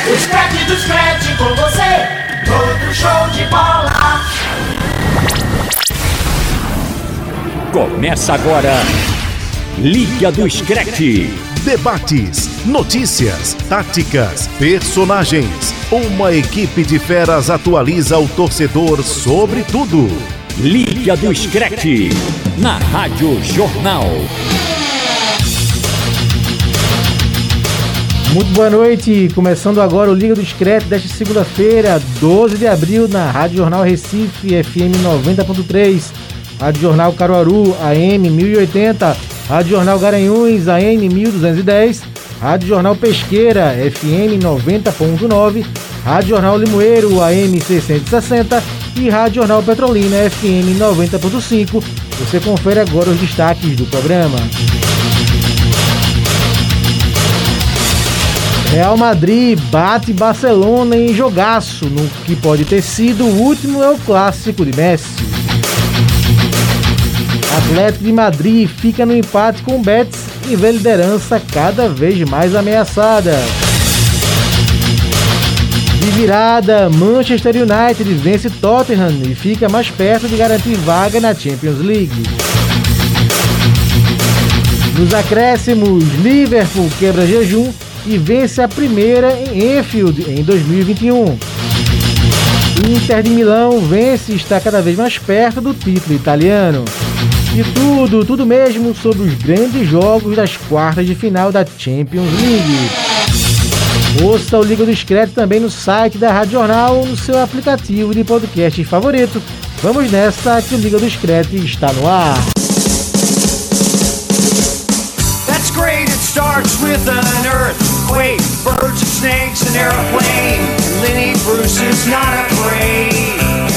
O Scratch do Scratch com você, todo show de bola. Começa agora, Liga do Scratch. Debates, notícias, táticas, personagens. Uma equipe de feras atualiza o torcedor sobre tudo. Liga do Scratch, na Rádio Jornal. Muito boa noite, começando agora o Liga do Scratch desta segunda-feira, 12 de abril, na Rádio Jornal Recife, FM 90.3, Rádio Jornal Caruaru, AM 1080, Rádio Jornal Garanhuns, AM 1210, Rádio Jornal Pesqueira, FM 90.9, Rádio Jornal Limoeiro, AM 660 e Rádio Jornal Petrolina, FM 90.5. Você confere agora os destaques do programa. Real Madrid bate Barcelona em jogaço, no que pode ter sido o último é o clássico de Messi. Atlético de Madrid fica no empate com o Betis e vê liderança cada vez mais ameaçada. De virada, Manchester United vence Tottenham e fica mais perto de garantir vaga na Champions League. Nos acréscimos, Liverpool quebra jejum e vence a primeira em Anfield em 2021. Inter de Milão vence e está cada vez mais perto do título italiano. E tudo mesmo sobre os grandes jogos das quartas de final da Champions League. Ouça o Liga do Scratch também no site da Rádio Jornal ou no seu aplicativo de podcast favorito. Vamos nessa que o Liga do Scratch está no ar. That's great, it starts with an earthquake, birds and snakes, an airplane. Lenny Bruce is not afraid.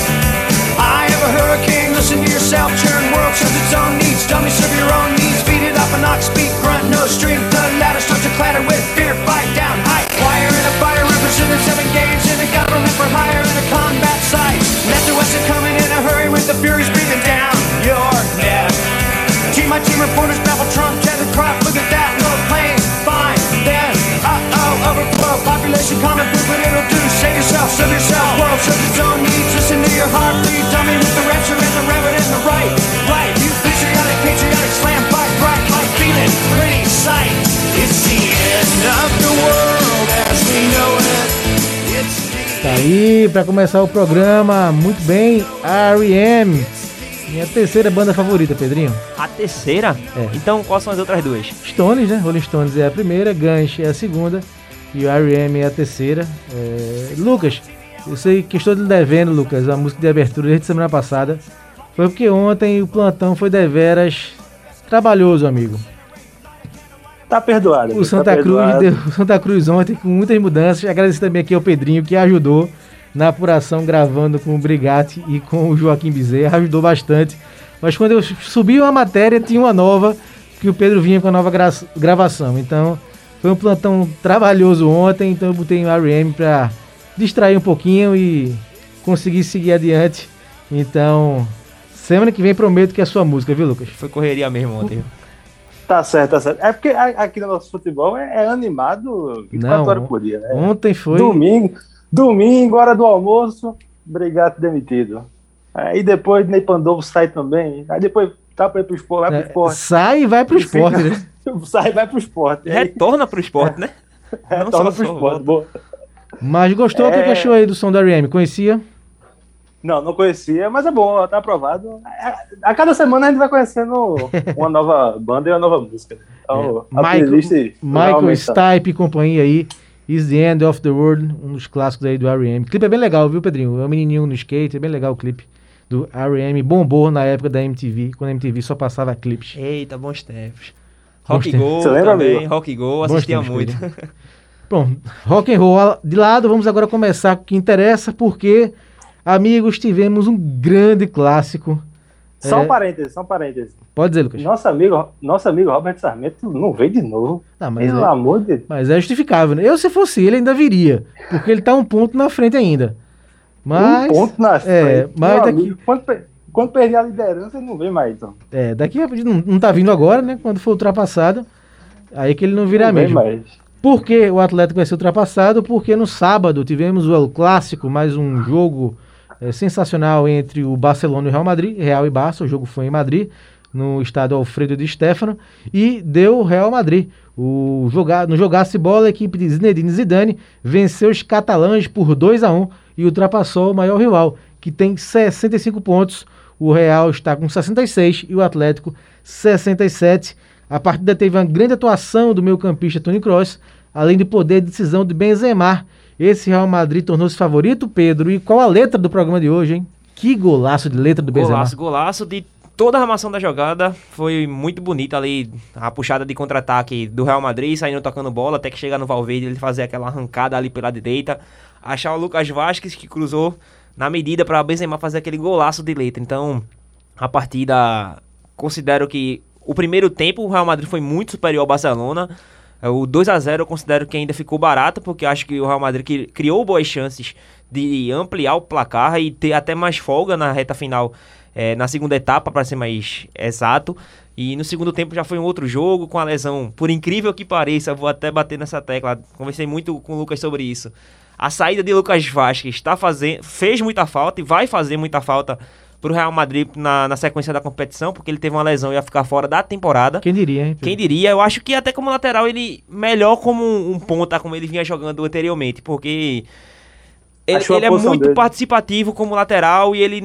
I have a hurricane, listen to yourself, churn world serves its own needs. Dummy serve your own needs, beat it up and knock, speak, grunt, no strength. The ladder starts to clatter with fear, fight down, high. Wire in a fire, representing 7 games in a government for hire in a combat site. Left to west are coming in a hurry with the furies breathing down your neck. Team by team reporters baffle Trump, Kevin Crop, look at that, no plane, fine, then, overflow, population common food, but it'll do, save yourself, serve yourself, world serves its own needs, listen to your heartbeat, dummy with the rapture and the reverend and the right, you patriotic, slam, fight, bright, light, feeling, pretty sight, it's the end of the world as we know it, it's the... Tá aí, para começar o programa, muito bem, R.E.M., minha terceira banda favorita, Pedrinho. A terceira? É. Então, quais são as outras duas? Stones, né? Rolling Stones é a primeira, Guns é a segunda e o R.E.M. é a terceira. Lucas, eu sei que estou lhe devendo, Lucas, a música de abertura desde semana passada. Foi porque ontem o plantão foi deveras trabalhoso, amigo. Tá perdoado. O Santa Cruz ontem com muitas mudanças. Agradecer também aqui ao Pedrinho que ajudou na apuração, gravando com o Brigatti e com o Joaquim Bezerra, ajudou bastante. Mas quando eu subi uma matéria, tinha uma nova, que o Pedro vinha com a nova gravação. Então, foi um plantão trabalhoso ontem, então eu botei o R.E.M. para distrair um pouquinho e conseguir seguir adiante. Então, semana que vem prometo que é a sua música, viu, Lucas? Foi correria mesmo ontem. Tá certo. É porque aqui no nosso futebol é animado 24 horas por dia. Ontem foi... Domingo, hora do almoço, Brigatti demitido. Aí depois Ney Pandolfo sai também. Aí depois tá pra ir pro esporte, vai pro esporte. Sai e vai pro esporte, né? Sai e vai pro esporte. Retorna pro esporte, né? Retorna pro esporte, boa. Mas gostou? O que achou aí do som da R.E.M.? Conhecia? Não conhecia, mas é bom, tá aprovado. A cada semana a gente vai conhecendo uma nova banda e uma nova música. Então, Michael Stipe e companhia aí. Is the End of the World, um dos clássicos aí do R.E.M. O clipe é bem legal, viu, Pedrinho? É um menininho no skate, é bem legal o clipe do R.E.M. Bombou na época da MTV, quando a MTV só passava clipes. Eita, bons tempos. Rock Go também, Rock Go, assistia muito. Bom, rock and roll de lado, vamos agora começar com o que interessa, porque, amigos, tivemos um grande clássico. Só um parêntese. Pode dizer, Lucas. Nosso amigo Robert Sarmento não veio de novo. Pelo amor de Deus. Mas é justificável, né? Eu, se fosse ele, ainda viria. Porque ele tá um ponto na frente ainda. Mas, um ponto na frente. Mas daqui... Quando perder a liderança, ele não vem mais, então. Daqui não tá vindo agora, né? Quando for ultrapassado, aí que ele não virá mesmo. Por que o Atlético vai ser ultrapassado? Porque no sábado tivemos o El Clássico, mais um jogo sensacional entre o Barcelona e o Real Madrid, Real e Barça. O jogo foi em Madrid, no estádio Alfredo Di Stéfano, e deu o Real Madrid. No jogasse bola, a equipe de Zinedine Zidane venceu os catalães por 2-1 e ultrapassou o maior rival, que tem 65 pontos. O Real está com 66 e o Atlético 67. A partida teve uma grande atuação do meio-campista Toni Kroos, além de poder de decisão de Benzema. Esse Real Madrid tornou-se favorito, Pedro. E qual a letra do programa de hoje, hein? Que golaço de letra do Benzema. Golaço de toda a armação da jogada. Foi muito bonita ali, a puxada de contra-ataque do Real Madrid, saindo tocando bola, até que chegar no Valverde, ele fazer aquela arrancada ali pela direita, achar o Lucas Vázquez, que cruzou na medida para Benzema fazer aquele golaço de letra. Então, a partida, considero que o primeiro tempo o Real Madrid foi muito superior ao Barcelona. O 2-0 eu considero que ainda ficou barato, porque acho que o Real Madrid criou boas chances de ampliar o placar e ter até mais folga na reta final, na segunda etapa, para ser mais exato. E no segundo tempo já foi um outro jogo, com a lesão, por incrível que pareça, vou até bater nessa tecla, conversei muito com o Lucas sobre isso. A saída de Lucas Vázquez fez muita falta e vai fazer muita falta pro Real Madrid na sequência da competição, porque ele teve uma lesão e ia ficar fora da temporada. Quem diria, hein? Quem diria? Eu acho que até como lateral ele melhor como um ponta, como ele vinha jogando anteriormente, porque ele é muito participativo como lateral e ele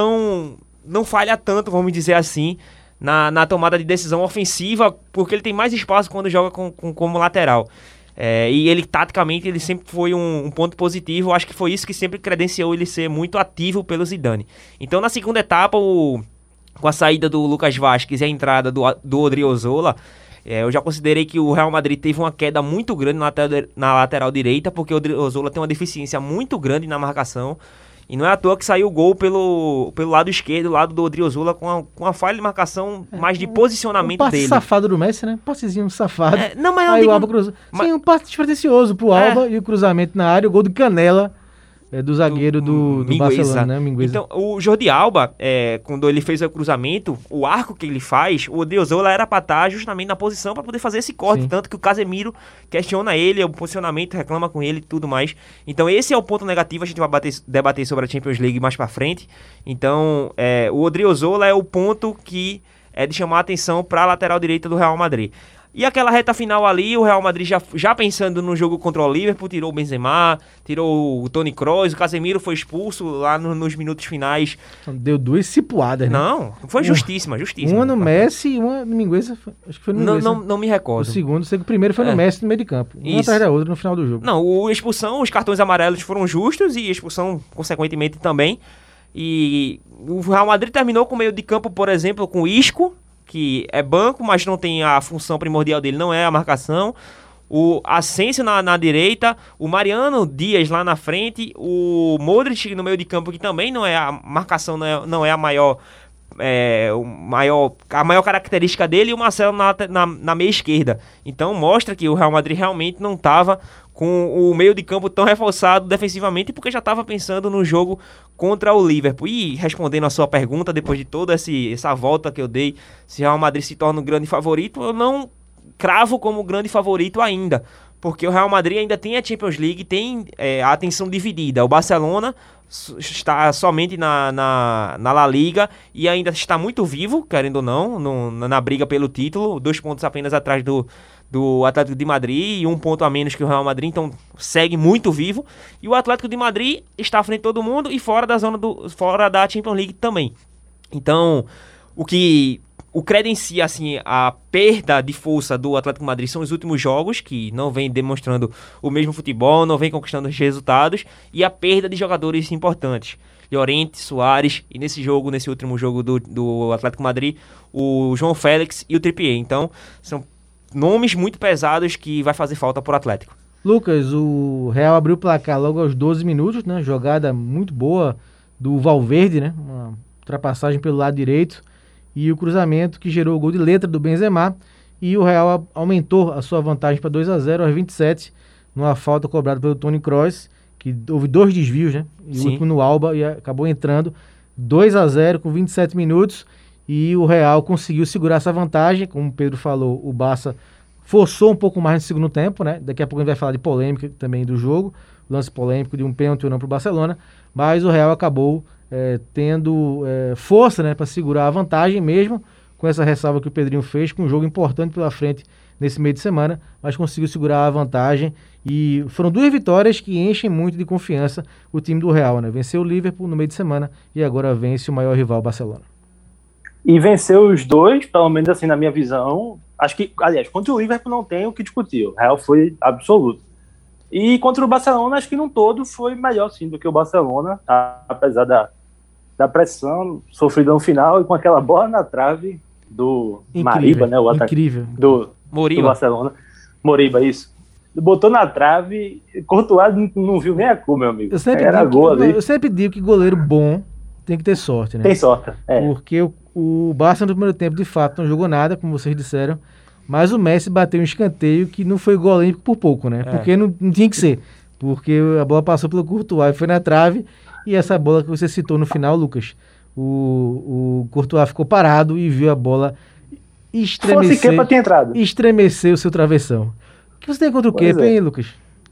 não falha tanto, vamos dizer assim, na tomada de decisão ofensiva, porque ele tem mais espaço quando joga como lateral. E ele, taticamente, ele sempre foi um ponto positivo. Eu acho que foi isso que sempre credenciou ele ser muito ativo pelo Zidane. Então, na segunda etapa, com a saída do Lucas Vázquez e a entrada do Odriozola, eu já considerei que o Real Madrid teve uma queda muito grande na lateral direita, porque o Odriozola tem uma deficiência muito grande na marcação. E não é à toa que saiu o gol pelo lado esquerdo, lado do Odriozola, com a falha de marcação, mais de posicionamento dele. Um passe safado do Messi, né? Passezinho safado. Não, mas aí o Alba cruzou. Sim, um passe despretensioso pro Alba e o cruzamento na área, o gol de canela do zagueiro do Barcelona, né? Mingueza. Então, o Jordi Alba, quando ele fez o cruzamento, o arco que ele faz, o Odriozola era pra estar justamente na posição pra poder fazer esse corte. Sim. Tanto que o Casemiro questiona ele, o posicionamento, reclama com ele e tudo mais. Então, esse é o ponto negativo. A gente vai debater sobre a Champions League mais pra frente. Então, o Odriozola é o ponto que é de chamar a atenção pra lateral direita do Real Madrid. E aquela reta final ali, o Real Madrid já pensando no jogo contra o Liverpool, tirou o Benzema, tirou o Toni Kroos, o Casemiro foi expulso lá nos minutos finais. Deu 2 cipuadas, né? Não, foi justíssima. Uma no Messi e uma no Mingueza, acho que foi no Mingueza. Não me recordo. O primeiro foi no Messi no meio de campo. Uma atrás da outra no final do jogo. Não, a expulsão, os cartões amarelos foram justos e a expulsão, consequentemente, também. E o Real Madrid terminou com o meio de campo, por exemplo, com o Isco, que é banco, mas não tem a função primordial dele, não é a marcação. O Asensio na direita, o Mariano Dias lá na frente, o Modric no meio de campo, que também não é a marcação, não é a maior característica dele, e o Marcelo na meia esquerda. Então mostra que o Real Madrid realmente não estava com o meio de campo tão reforçado defensivamente, porque já estava pensando no jogo contra o Liverpool. E respondendo a sua pergunta, depois de toda essa volta que eu dei, se o Real Madrid se torna um grande favorito, eu não cravo como grande favorito ainda, porque o Real Madrid ainda tem a Champions League, tem a atenção dividida. O Barcelona está somente na La Liga e ainda está muito vivo, querendo ou não, na briga pelo título, 2 pontos apenas atrás do Atlético de Madrid e 1 ponto a menos que o Real Madrid, então segue muito vivo. E o Atlético de Madrid está à frente de todo mundo e fora da Champions League também. Então, o credencia assim, a perda de força do Atlético de Madrid são os últimos jogos, que não vem demonstrando o mesmo futebol, não vem conquistando os resultados, e a perda de jogadores importantes. Llorente, Suárez, e nesse último jogo do Atlético de Madrid, o João Félix e o Trippier. Então, são nomes muito pesados que vai fazer falta para o Atlético. Lucas, o Real abriu o placar logo aos 12 minutos, né? Jogada muito boa do Valverde, né? Uma ultrapassagem pelo lado direito e o cruzamento que gerou o gol de letra do Benzema, e o Real aumentou a sua vantagem para 2-0 aos 27, numa falta cobrada pelo Toni Kroos, que houve 2 desvios, né? E Sim. O último no Alba, e acabou entrando 2-0 com 27 minutos, e o Real conseguiu segurar essa vantagem. Como o Pedro falou, o Barça forçou um pouco mais no segundo tempo, né? Daqui a pouco a gente vai falar de polêmica também do jogo, lance polêmico de um pênalti ou não para o Barcelona, mas o Real acabou tendo força, né, para segurar a vantagem mesmo, com essa ressalva que o Pedrinho fez, com um jogo importante pela frente nesse meio de semana, mas conseguiu segurar a vantagem e foram 2 vitórias que enchem muito de confiança o time do Real, né? Venceu o Liverpool no meio de semana e agora vence o maior rival, Barcelona. E venceu os dois, pelo menos assim na minha visão. Acho que, aliás, contra o Liverpool não tem o que discutir. O Real foi absoluto. E contra o Barcelona, acho que num todo foi melhor sim do que o Barcelona, apesar da pressão sofrida no final e com aquela bola na trave do Mariba, né? O ataque do Barcelona. Moriba, isso. Botou na trave, Courtois não viu nem a cor, meu amigo. Eu sempre digo que goleiro bom tem que ter sorte, né? Tem sorte, Porque o Barça no primeiro tempo, de fato, não jogou nada, como vocês disseram, mas o Messi bateu um escanteio que não foi gol olímpico por pouco, né? Porque não tinha que ser. Porque a bola passou pelo Courtois e foi na trave, e essa bola que você citou no final, Lucas, o Courtois ficou parado e viu a bola estremecer o seu travessão. O que você tem contra o Kepa, hein, Lucas?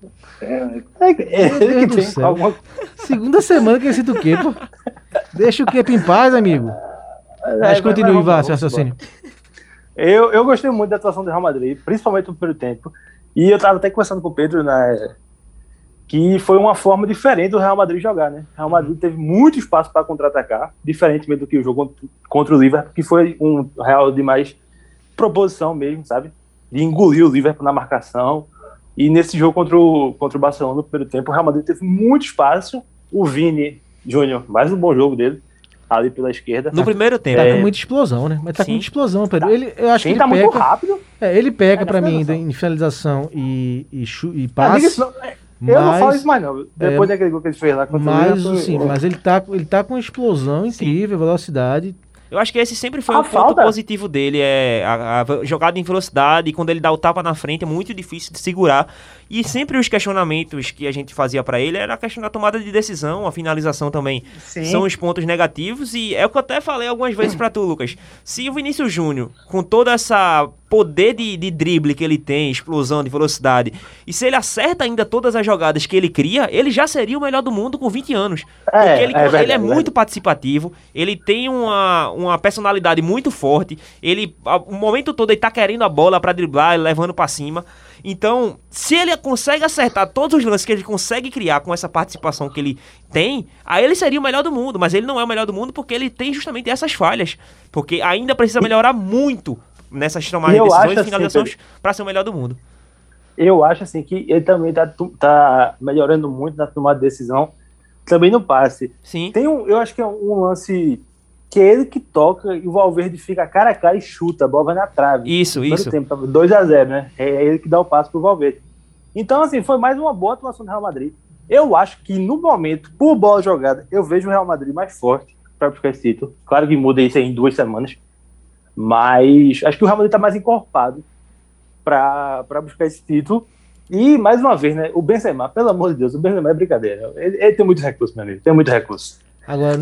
Ele que tem alguma... Segunda semana que ele cita o Kepa. Deixa o Kepa em paz, amigo. Mas continue, vá, seu raciocínio. Eu gostei muito da atuação do Real Madrid, principalmente no primeiro tempo. E eu estava até conversando com o Pedro, né, que foi uma forma diferente do Real Madrid jogar, né? O Real Madrid teve muito espaço para contra-atacar, diferentemente do que o jogo contra o Liverpool, que foi um Real de mais proposição mesmo, sabe? De engolir o Liverpool na marcação. E nesse jogo contra o Barcelona, no primeiro tempo, o Real Madrid teve muito espaço. O Vini Júnior, mais um bom jogo dele, ali pela esquerda. No primeiro tempo. Tá com muita explosão, né? Mas tá com muita explosão, Pedro. Eu acho que ele tá peca, muito rápido. Ele peca pra mim em finalização e passe. Eu não falo isso mais, não. Depois daquele gol que ele fez lá contra o Liverpool. Sim, mas ele tá com explosão incrível, velocidade. Eu acho que esse sempre foi um ponto positivo dele, a jogada em velocidade, e quando ele dá o tapa na frente é muito difícil de segurar. E sempre os questionamentos que a gente fazia pra ele era a questão da tomada de decisão, a finalização também. Sim. São os pontos negativos, e é o que eu até falei algumas vezes pra tu, Lucas. Se o Vinícius Júnior, com toda essa poder de drible que ele tem, explosão de velocidade, e se ele acerta ainda todas as jogadas que ele cria, ele já seria o melhor do mundo com 20 anos. Porque ele é muito participativo, ele tem uma personalidade muito forte, o momento todo ele tá querendo a bola pra driblar, levando pra cima. Então, se ele consegue acertar todos os lances que ele consegue criar com essa participação que ele tem, aí ele seria o melhor do mundo, mas ele não é o melhor do mundo porque ele tem justamente essas falhas, porque ainda precisa melhorar muito nessas tomadas de decisões e finalizações para ser o melhor do mundo. Eu acho assim que ele também tá melhorando muito na tomada de decisão, também no passe. Sim. Eu acho que é um lance que é ele que toca e o Valverde fica cara a cara e chuta, a bola vai na trave. Isso. Tempo, 2-0, né? É ele que dá o passe pro Valverde. Então, assim, foi mais uma boa atuação do Real Madrid. Eu acho que, no momento, por bola jogada, eu vejo o Real Madrid mais forte para buscar esse título. Claro que muda isso aí em 2 semanas, mas acho que o Real Madrid tá mais encorpado para buscar esse título. E, mais uma vez, né, o Benzema, pelo amor de Deus, o Benzema é brincadeira. Ele tem muito recurso, meu amigo, tem muito recurso. Agora,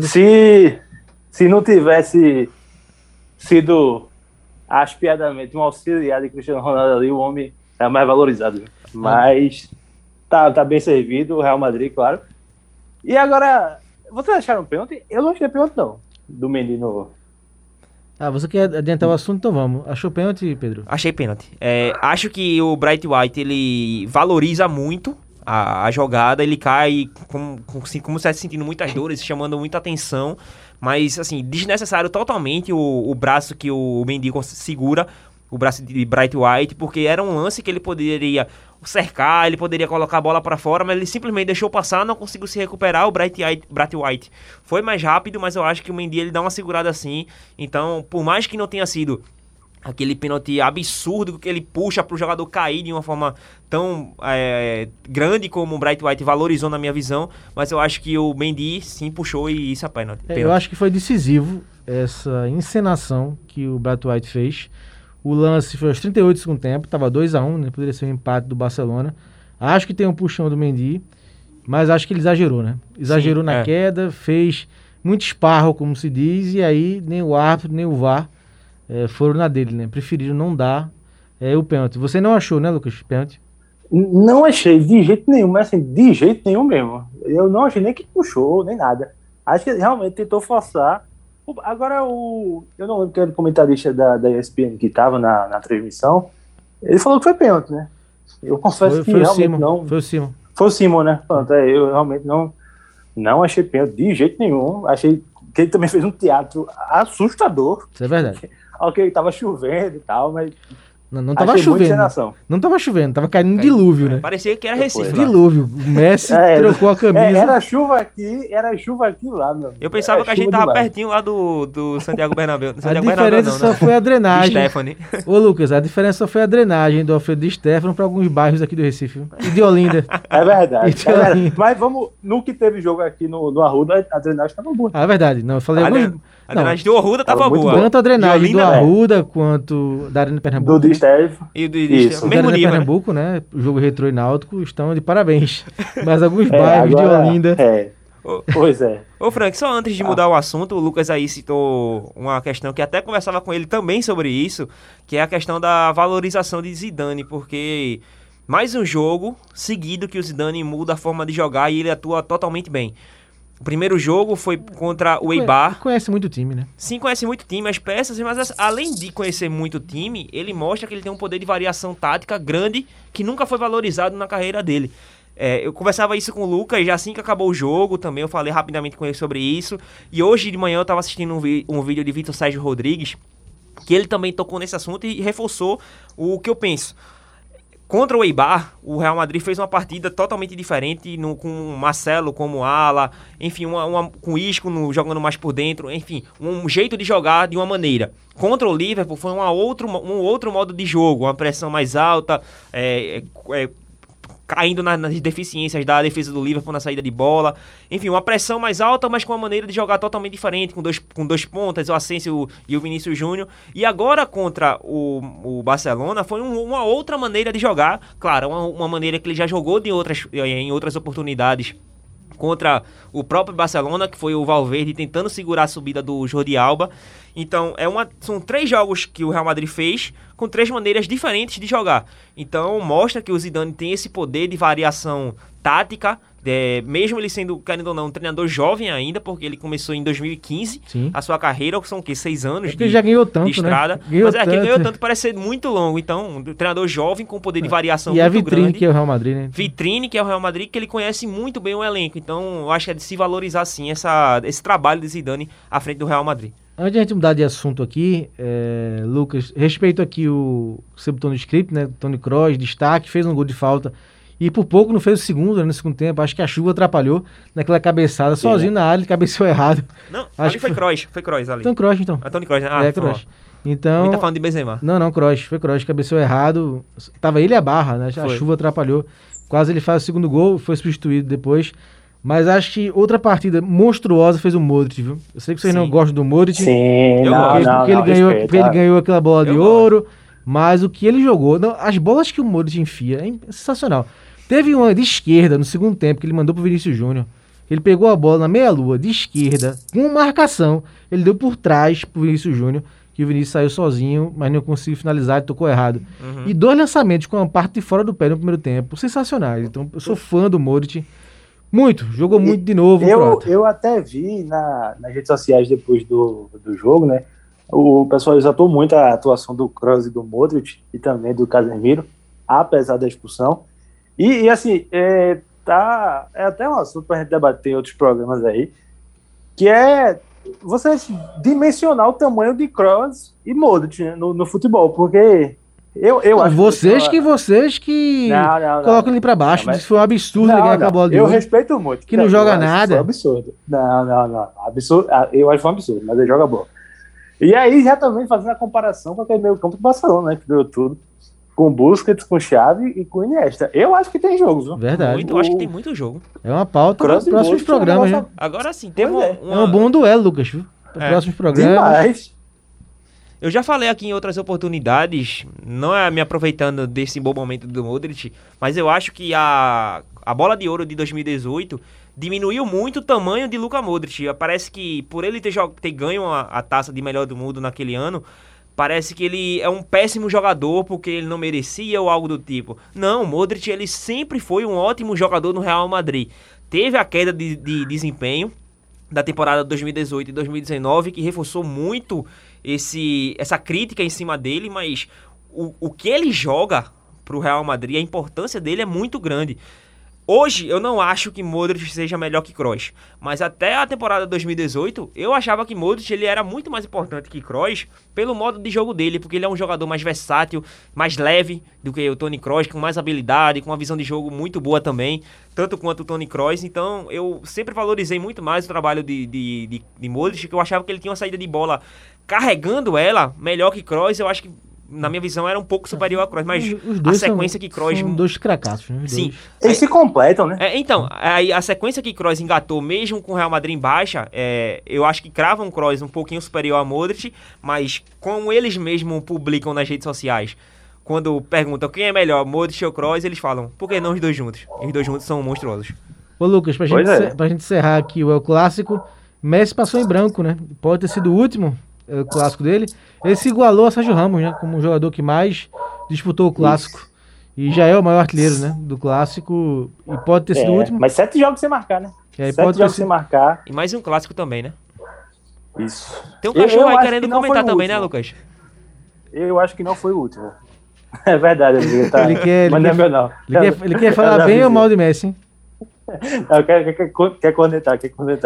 Se não tivesse sido aspiadamente um auxiliar de Cristiano Ronaldo ali, o homem é mais valorizado. Mas tá bem servido, o Real Madrid, claro. E agora, vocês acharam pênalti? Eu não achei pênalti, não, do menino. Você quer adiantar o assunto? Então vamos. Achou pênalti, Pedro? Achei pênalti. Acho que o Bright White, ele valoriza muito a jogada, ele cai como se sentindo muitas dores, chamando muita atenção, mas assim, desnecessário totalmente o braço que o Mendy segura, o braço de Bright White, porque era um lance que ele poderia cercar, ele poderia colocar a bola para fora, mas ele simplesmente deixou passar, não conseguiu se recuperar. O Bright White foi mais rápido, mas eu acho que o Mendy ele dá uma segurada assim. Então, por mais que não tenha sido aquele pênalti absurdo que ele puxa para o jogador cair de uma forma tão grande como o Bright White valorizou na minha visão, mas eu acho que o Mendy sim puxou e isso é pênalti. Eu acho que foi decisivo essa encenação que o Bright White fez. O lance foi aos 38 do segundo tempo, estava 2-1, né? Poderia ser um empate do Barcelona. Acho que tem um puxão do Mendy, mas acho que ele exagerou, né? Exagerou na queda, fez muito esparro, como se diz, e aí nem o árbitro, nem o VAR foram na dele, né? Preferiram não dar o pênalti. Você não achou, né, Lucas? Pênalti? Não achei de jeito nenhum, mas assim, de jeito nenhum mesmo. Eu não achei nem que puxou, nem nada. Acho que ele realmente tentou forçar. Agora, eu não lembro quem era o comentarista da ESPN que estava na transmissão. Ele falou que foi pênalti, né? Eu confesso que realmente não. Foi o Simon. Foi o Simon, né? Pronto, eu realmente não achei pênalti de jeito nenhum. Achei que ele também fez um teatro assustador. Isso é verdade. Ok, tava chovendo e tal, mas Não tava chovendo. Não tava chovendo, tava caindo um dilúvio, né? Parecia que era Recife. Dilúvio. O Messi trocou a camisa. Era chuva aqui lá, meu amigo. Eu pensava que a gente tava pertinho lá do Santiago Bernabéu. A diferença só foi a drenagem. Stephanie. Ô, Lucas, a diferença só foi a drenagem do Alfredo Di Stefano para alguns bairros aqui do Recife. E de Olinda. É verdade. Mas vamos, no que teve jogo aqui no Arruda, a drenagem tava boa. É verdade. Não, eu falei A drenagem do Arruda tava boa. Tanto a drenagem do Arruda quanto da Arena Pernambuco. Do Di Stefano. E do mesmo nível, Pernambuco, né? O jogo Retrô e Náutico estão de parabéns. Mas alguns bairros agora, de Olinda... Pois é. Ô Frank, só antes de mudar o assunto, o Lucas aí citou uma questão que até conversava com ele também sobre isso, que é a questão da valorização de Zidane, porque mais um jogo seguido que o Zidane muda a forma de jogar e ele atua totalmente bem. O primeiro jogo foi contra o Eibar. Conhece muito o time, né? Sim, conhece muito o time, as peças, mas além de conhecer muito o time, ele mostra que ele tem um poder de variação tática grande que nunca foi valorizado na carreira dele. Eu conversava isso com o Lucas, já assim que acabou o jogo também, eu falei rapidamente com ele sobre isso. E hoje de manhã eu estava assistindo um vídeo de Vitor Sérgio Rodrigues, que ele também tocou nesse assunto e reforçou o que eu penso. Contra o Eibar, o Real Madrid fez uma partida totalmente diferente, com o Marcelo como ala, enfim, com o Isco jogando mais por dentro, enfim, um jeito de jogar de uma maneira. Contra o Liverpool foi um outro modo de jogo, uma pressão mais alta, caindo nas deficiências da defesa do Liverpool na saída de bola. Enfim, uma pressão mais alta, mas com uma maneira de jogar totalmente diferente, com dois pontas, o Asensio e o Vinícius Júnior. E agora contra o Barcelona foi uma outra maneira de jogar. Claro, uma maneira que ele já jogou em outras oportunidades contra o próprio Barcelona, que foi o Valverde tentando segurar a subida do Jordi Alba. Então, são 3 jogos que o Real Madrid fez com 3 maneiras diferentes de jogar. Então, mostra que o Zidane tem esse poder de variação tática, mesmo ele sendo, querendo ou não, um treinador jovem ainda, porque ele começou em 2015, Sim. a sua carreira, que são 6 anos ele já ganhou tanto, de estrada. Né? Ganhou tanto, parece ser muito longo. Então, um treinador jovem com poder de variação muito grande. E a vitrine grande, que é o Real Madrid, né? Vitrine que é o Real Madrid, que ele conhece muito bem o elenco. Então, eu acho que é de se valorizar, sim, esse trabalho de Zidane à frente do Real Madrid. Antes de a gente mudar de assunto aqui, Lucas, respeito aqui você botou no script, né? Toni Kroos, destaque, fez um gol de falta e por pouco não fez o segundo, né, no segundo tempo. Acho que a chuva atrapalhou naquela cabeçada, sozinho na área, ele cabeceou errado. Não, acho que foi Kroos ali. Então Kroos, então. Toni Kroos, né? Kroos. Então, tá falando de Benzema. Não, Kroos, cabeceou errado. Tava ele e a barra, né? A chuva atrapalhou. Quase ele faz o segundo gol, foi substituído depois. Mas acho que outra partida monstruosa fez o Modric, viu? Eu sei que vocês não gostam do Modric. Sim, porque ele ganhou aquela bola de ouro. Mas o que ele jogou... as bolas que o Modric enfia é sensacional. Teve uma de esquerda no segundo tempo que ele mandou pro Vinícius Júnior. Ele pegou a bola na meia-lua, de esquerda, com marcação. Ele deu por trás pro Vinícius Júnior, que o Vinícius saiu sozinho, mas não conseguiu finalizar e tocou errado. Uhum. E 2 lançamentos com a parte de fora do pé no primeiro tempo. Sensacionais. Então, eu sou fã do Modric. Jogou muito de novo. Eu até vi nas redes sociais depois do jogo, né? O pessoal exaltou muito a atuação do Kroos e do Modric e também do Casemiro, apesar da expulsão. E assim, é até um assunto para a gente debater em outros programas aí, que é você dimensionar o tamanho de Kroos e Modric, né, no futebol, porque eu acho vocês que colocam ele pra baixo. Isso foi um absurdo ele ganhar com a bola de ouro. Eu respeito muito. Que não joga nada. Foi um absurdo. Não. Absurdo. Eu acho um absurdo, mas ele joga bola. E aí, já também fazendo a comparação com aquele meio campo do Barcelona, né? Que deu tudo. Com Busquets, com Xavi e com Iniesta. Eu acho que tem jogos, viu? Verdade. Eu acho que tem muito jogo. É uma pauta para os próximos programas, né? Agora sim, tem É um bom duelo, Lucas, viu? Para próximos programas. Demais. Eu já falei aqui em outras oportunidades, não é me aproveitando desse bom momento do Modric, mas eu acho que a bola de ouro de 2018 diminuiu muito o tamanho de Luka Modric. Parece que por ele ter ganho a taça de melhor do mundo naquele ano, parece que ele é um péssimo jogador porque ele não merecia ou algo do tipo. Não, o Modric ele sempre foi um ótimo jogador no Real Madrid. Teve a queda de desempenho da temporada 2018 e 2019 que reforçou muito essa crítica em cima dele, mas o que ele joga pro Real Madrid, a importância dele é muito grande. Hoje, eu não acho que Modric seja melhor que Kroos, mas até a temporada 2018, eu achava que Modric ele era muito mais importante que Kroos pelo modo de jogo dele, porque ele é um jogador mais versátil, mais leve do que o Toni Kroos, com mais habilidade, com uma visão de jogo muito boa também, tanto quanto o Toni Kroos. Então, eu sempre valorizei muito mais o trabalho de Modric, que eu achava que ele tinha uma saída de bola carregando ela melhor que Kroos. Eu acho que na minha visão, era um pouco superior a Kroos, mas a sequência que Kroos... São dois cracassos, né? Sim. Eles se completam, né? Então, a sequência que Kroos engatou, mesmo com o Real Madrid em baixa, eu acho que cravam Kroos um pouquinho superior a Modric, mas como eles mesmos publicam nas redes sociais, quando perguntam quem é melhor, Modric ou Kroos, eles falam, por que não os dois juntos? Os dois juntos são monstruosos. Ô Lucas, pra gente encerrar aqui o El Clássico, Messi passou em branco, né? Pode ter sido o último o clássico dele. Ele se igualou a Sérgio Ramos, né? Como o jogador que mais disputou o clássico. Isso. E já é o maior artilheiro, né? Do clássico. E pode ter sido o último. Mas 7 jogos sem marcar, né? 7 jogos sem marcar. E mais um clássico também, né? Isso. Tem um cachorro aí querendo comentar também, né, Lucas? Eu acho que não foi o último. É verdade, ele tá. Ele quer falar bem ou mal de Messi, hein? Quer conectar.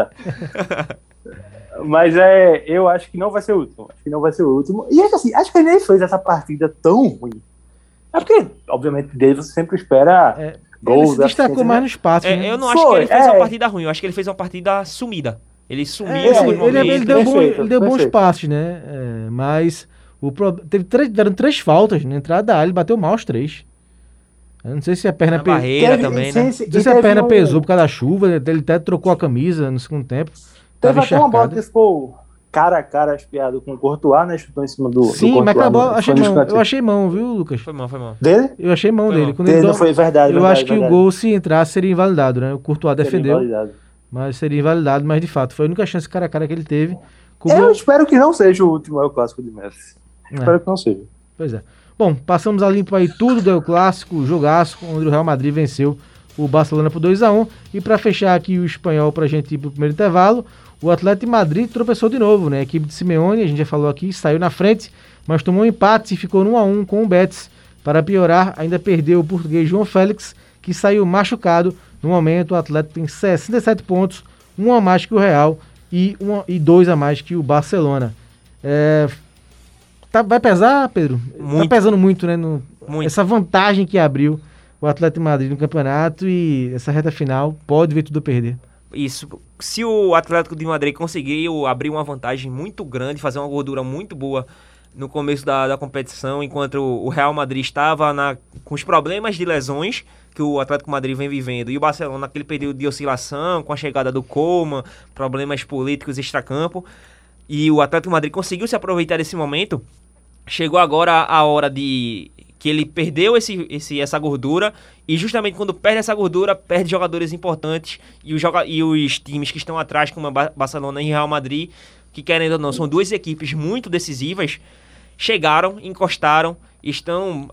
Mas eu acho que não vai ser o último. E assim, acho que ele nem fez essa partida tão ruim. É porque, obviamente, dele você sempre espera gols. Ele se destacou mais no espaço. Né? Eu não acho que ele fez uma partida ruim, eu acho que ele fez uma partida sumida. Ele sumiu em alguns momentos. Ele deu bons passes, né? Mas deram 3 faltas na entrada da área, ele bateu mal os 3. Eu não sei se a perna também, né? Não sei se a perna pesou por causa da chuva, ele até trocou a camisa no segundo tempo. Teve até uma bola que ficou cara a cara espiado com o Courtois, né? Chutou em cima do Sim, do mas acabou, eu achei mão, viu, Lucas? Foi mão. Dele? Eu achei mão dele. Não foi verdade. Eu acho que o gol, se entrasse, seria invalidado, né? O Courtois defendeu, mas seria invalidado, mas de fato, foi a única chance cara a cara que ele teve. Eu espero que não seja o último El Clássico de Messi. Espero que não seja. Pois é. Bom, passamos a limpo aí tudo do El Clássico, jogaço, onde o Real Madrid venceu o Barcelona por 2-1. E para fechar aqui o espanhol pra gente ir pro primeiro intervalo, o Atlético de Madrid tropeçou de novo, né? A equipe de Simeone, a gente já falou aqui, saiu na frente, mas tomou um empate e ficou no 1-1 com o Betis. Para piorar, ainda perdeu o português João Félix, que saiu machucado. No momento, o Atlético tem 67 pontos, 1 a mais que o Real e 2 a mais que o Barcelona. Vai pesar, Pedro? Muito. Tá pesando muito, né? Muito. Essa vantagem que abriu o Atlético de Madrid no campeonato e essa reta final pode ver tudo a perder. Isso. Se o Atlético de Madrid conseguiu abrir uma vantagem muito grande, fazer uma gordura muito boa no começo da competição, enquanto o Real Madrid estava com os problemas de lesões que o Atlético de Madrid vem vivendo, e o Barcelona naquele período de oscilação, com a chegada do Koeman, problemas políticos extracampo, e o Atlético de Madrid conseguiu se aproveitar desse momento. Chegou agora a hora que ele perdeu essa gordura, e justamente quando perde essa gordura, perde jogadores importantes, e os times que estão atrás, como a Barcelona e Real Madrid, que querendo ou não, são duas equipes muito decisivas, chegaram, encostaram, estão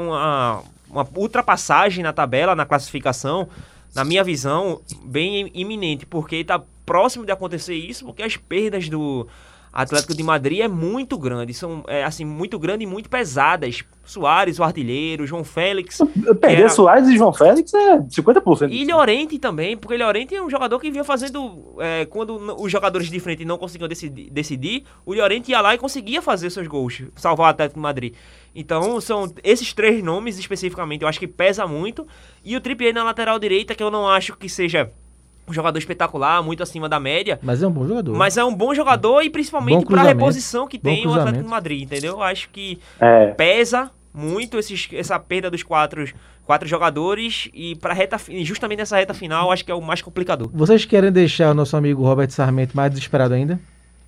uma ultrapassagem na tabela, na classificação, na minha visão, bem iminente, porque está próximo de acontecer isso, porque as perdas do Atlético de Madrid é muito grande, são muito grande e muito pesadas. Suárez, o artilheiro, João Félix. Perder Suárez e João Félix é 50%. E Llorente também, porque Llorente é um jogador que vinha fazendo, quando os jogadores de frente não conseguiam decidir, o Llorente ia lá e conseguia fazer seus gols, salvar o Atlético de Madrid. Então são esses 3 nomes especificamente, eu acho que pesa muito. E o Trippier na lateral direita, que eu não acho que seja um jogador espetacular, muito acima da média. Mas é um bom jogador. Mas é um bom jogador e principalmente para a reposição que tem o Atlético de Madrid, entendeu? Eu acho que pesa muito essa perda dos quatro jogadores, e justamente nessa reta final, acho que é o mais complicador. Vocês querem deixar o nosso amigo Robert Sarmento mais desesperado ainda?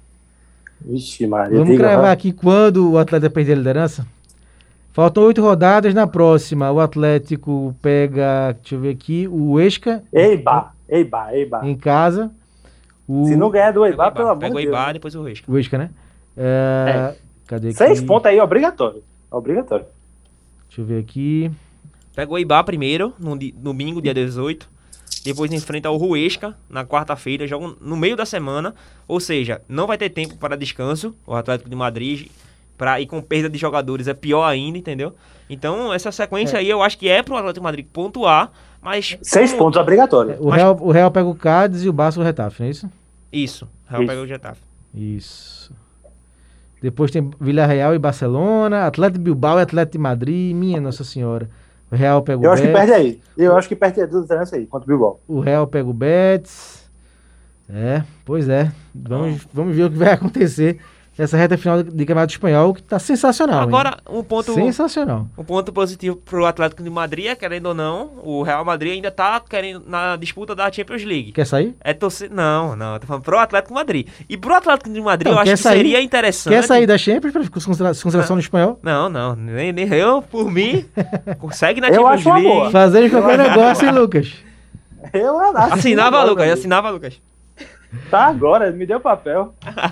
Vixe, Maria. Vamos cravar aqui quando o Atlético perder a liderança? Faltam 8 rodadas. Na próxima, o Atlético pega, deixa eu ver aqui, o Huesca. Eibar. Em casa. Se não ganhar do Eibar, pelo amor de Deus. Pega o Eibar, depois o Huesca. O Huesca, né? Cadê aqui? 6 pontos aí, obrigatório. Obrigatório. Deixa eu ver aqui. Pega o Ibá primeiro, no domingo, dia 18. Depois enfrenta o Huesca na quarta-feira, joga no meio da semana. Ou seja, não vai ter tempo para descanso. O Atlético de Madrid, e com perda de jogadores é pior ainda, entendeu? Então, essa sequência aí eu acho que é pro Atlético de Madrid pontuar, mas... 6 pontos obrigatório. O Real pega o Cádiz e o Barça o Retafe, não é isso? Isso, o Real pega o Getafe. Isso. Depois tem Villarreal e Barcelona, Atlético de Bilbao e Atlético de Madrid, minha Nossa Senhora. O Real pega o Eu acho que Betis. perde aí. Eu acho que perde a diferença aí, contra o Bilbao. O Real pega o Betis. Pois é. Vamos ver o que vai acontecer nessa reta final de Campeonato Espanhol, que tá sensacional. Agora, hein? Sensacional. Um ponto positivo pro Atlético de Madrid é, querendo ou não, o Real Madrid ainda tá querendo na disputa da Champions League. Quer sair? É torcer... Não, tô falando pro Atlético de Madrid. E pro Atlético de Madrid, Não, eu acho que seria interessante... Quer sair da Champions pra consideração no espanhol? Não, nem eu, por mim, consegue na Eu Champions acho uma League. boa. Fazer qualquer negócio, hein, Lucas? Eu acho. Assinava, Lucas. Tá agora, me deu papel.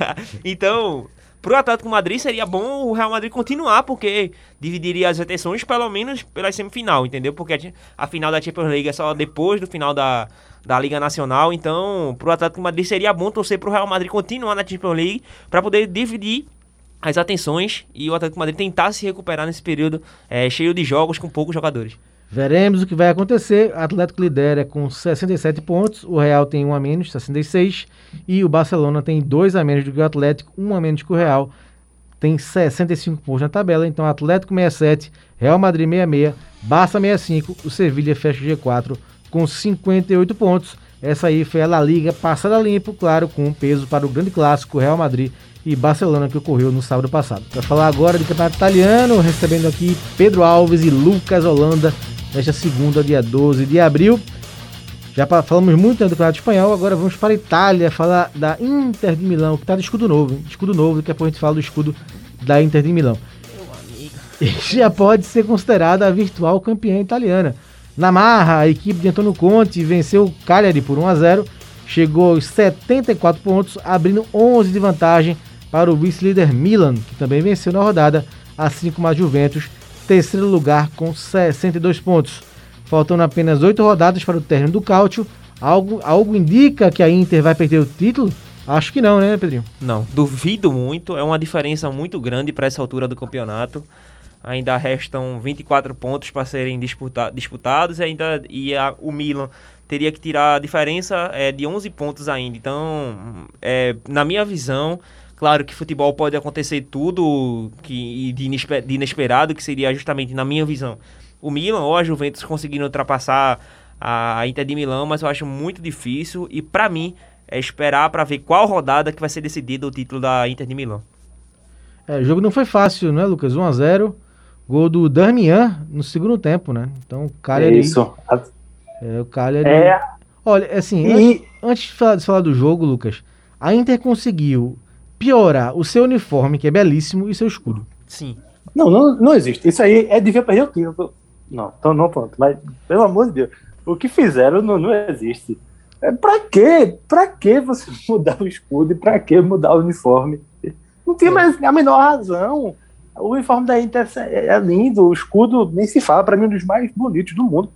Então, pro Atlético de Madrid seria bom o Real Madrid continuar, porque dividiria as atenções pelo menos pela semifinal, entendeu? Porque a final da Champions League é só depois do final da Liga Nacional, então pro Atlético de Madrid seria bom torcer pro Real Madrid continuar na Champions League para poder dividir as atenções e o Atlético de Madrid tentar se recuperar nesse período cheio de jogos com poucos jogadores. Veremos o que vai acontecer. O Atlético lidera com 67 pontos, o Real tem 1 a menos, 66, e o Barcelona tem 2 a menos do que o Atlético, 1 a menos que o Real, tem 65 pontos na tabela. Então Atlético 67, Real Madrid 66, Barça 65, o Sevilha fecha o G4 com 58 pontos. Essa aí foi a La Liga passada limpo, claro, com peso para o grande clássico Real Madrid e Barcelona, que ocorreu no sábado passado. Para falar agora de campeonato italiano, recebendo aqui Pedro Alves e Lucas Holanda, nesta segunda, dia 12 de abril. Já falamos muito do campeonato espanhol, agora vamos para a Itália, falar da Inter de Milão, que está de escudo novo, hein? Escudo novo, daqui a pouco a gente fala do escudo da Inter de Milão. E já pode ser considerada a virtual campeã italiana. Na marra, a equipe de Antônio Conte venceu o Cagliari por 1 a 0, chegou aos 74 pontos, abrindo 11 de vantagem para o vice-líder Milan, que também venceu na rodada, assim como a Juventus, terceiro lugar com 62 pontos. Faltando apenas 8 rodadas para o término do Calcio. Algo indica que a Inter vai perder o título? Acho que não, né, Pedrinho? Não, duvido muito. É uma diferença muito grande para essa altura do campeonato. Ainda restam 24 pontos para serem disputados o Milan teria que tirar a diferença de 11 pontos ainda. Então, na minha visão, claro que futebol pode acontecer tudo de inesperado, que seria justamente, na minha visão, o Milan ou a Juventus conseguindo ultrapassar a Inter de Milão, mas eu acho muito difícil e, para mim, é esperar para ver qual rodada que vai ser decidido o título da Inter de Milão. O jogo não foi fácil, né, Lucas? 1 a 0, gol do Darmian no segundo tempo, né? Então o Cagliari... Isso. O Cagliari... Olha, assim, antes de falar do jogo, Lucas, a Inter conseguiu piorar o seu uniforme, que é belíssimo, e seu escudo. Sim. Não existe. Isso aí devia perder o título. Não, então não pronto. Mas, pelo amor de Deus, o que fizeram não existe. Pra quê? Pra que você mudar o escudo e pra que mudar o uniforme? Não tinha mais a menor razão. O uniforme da Inter é lindo, o escudo nem se fala, pra mim é um dos mais bonitos do mundo.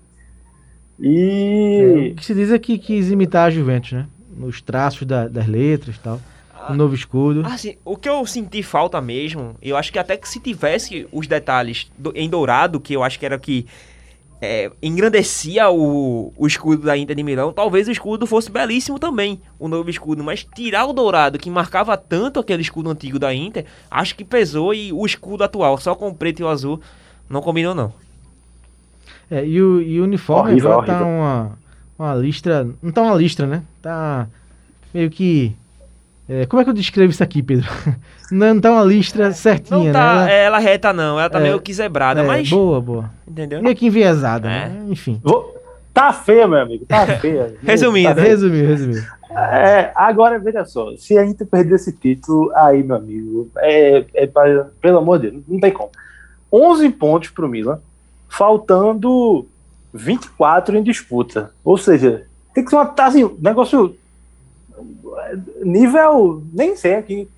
O que se diz é que quis imitar a Juventus, né? Nos traços das letras e tal. O novo escudo. Assim, o que eu senti falta mesmo, eu acho que até que se tivesse os detalhes em dourado, que eu acho que era o que engrandecia o escudo da Inter de Milão, talvez o escudo fosse belíssimo também, o novo escudo, mas tirar o dourado, que marcava tanto aquele escudo antigo da Inter, acho que pesou, e o escudo atual, só com o preto e o azul, não combinou não. E o uniforme horrível, agora tá uma listra, não tá uma listra, né? Tá meio que... como é que eu descrevo isso aqui, Pedro? Não tá uma listra certinha, não tá, né? Ela reta não, ela tá meio que zebrada, mas... Boa. Entendeu? Meio que enviesada, né? Enfim. Tá feia, meu amigo, tá feia. Resumindo. Resumiu. Agora, veja só, se a Inter perder esse título, aí, meu amigo, pelo amor de Deus, não tem como. 11 pontos pro Milan, faltando 24 em disputa. Ou seja, tem que ser assim, negócio... nível, nem sei aqui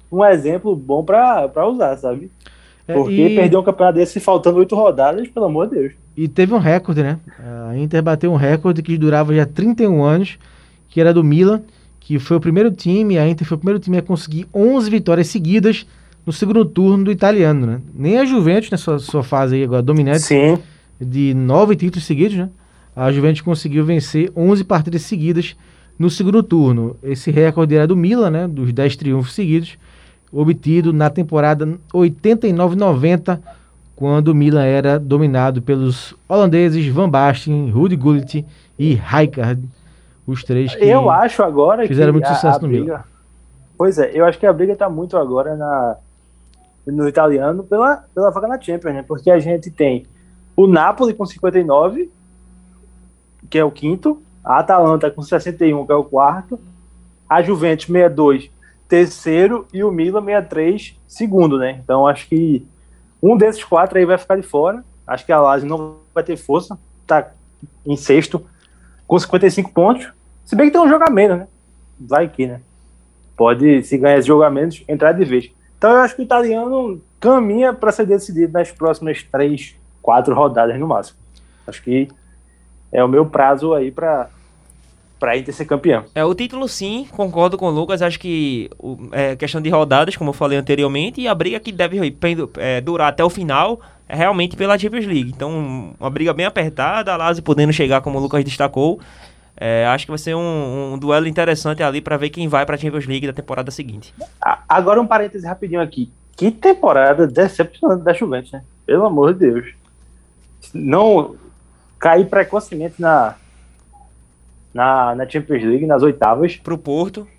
um exemplo bom pra usar, sabe? Porque E perder um campeonato desse faltando 8 rodadas, pelo amor de Deus. teve um recorde, né? A Inter bateu um recorde que durava já 31 anos, que era do Milan, que foi o primeiro time, a Inter foi o primeiro time a conseguir 11 vitórias seguidas no segundo turno do italiano, né? Nem a Juventus, nessa sua fase aí agora dominante, Sim. de 9 títulos seguidos, né? A Juventus conseguiu vencer 11 partidas seguidas no segundo turno. Esse recorde era do Milan, né? Dos 10 triunfos seguidos, obtido na temporada 89-90, quando o Milan era dominado pelos holandeses Van Basten, Ruud Gullit e Rijkaard, os três que Eu acho agora fizeram que muito sucesso no briga... Milan. Pois é, eu acho que a briga tá muito agora no italiano pela vaga na Champions, né? Porque a gente tem o Napoli com 59, que é o quinto, a Atalanta com 61, que é o quarto, a Juventus 62, terceiro, e o Milan 63, segundo, né? Então acho que um desses quatro aí vai ficar de fora. Acho que a Lazio não vai ter força, tá em sexto, com 55 pontos. Se bem que tem um jogo a menos, né? Vai que, né? Pode, se ganhar esse jogo a menos, entrar de vez. Então eu acho que o italiano caminha para ser decidido nas próximas 3, 4 rodadas no máximo. Acho que é o meu prazo aí para Inter ser campeão. O título sim, concordo com o Lucas, acho que é questão de rodadas, como eu falei anteriormente, e a briga que deve durar até o final é realmente pela Champions League. Então, uma briga bem apertada, a Lazio podendo chegar, como o Lucas destacou. Acho que vai ser um duelo interessante ali para ver quem vai para a Champions League da temporada seguinte. Agora um parêntese rapidinho aqui. Que temporada decepcionante da Juventus, né? Pelo amor de Deus. Não cair precocemente na Champions League, nas oitavas. Pro Porto.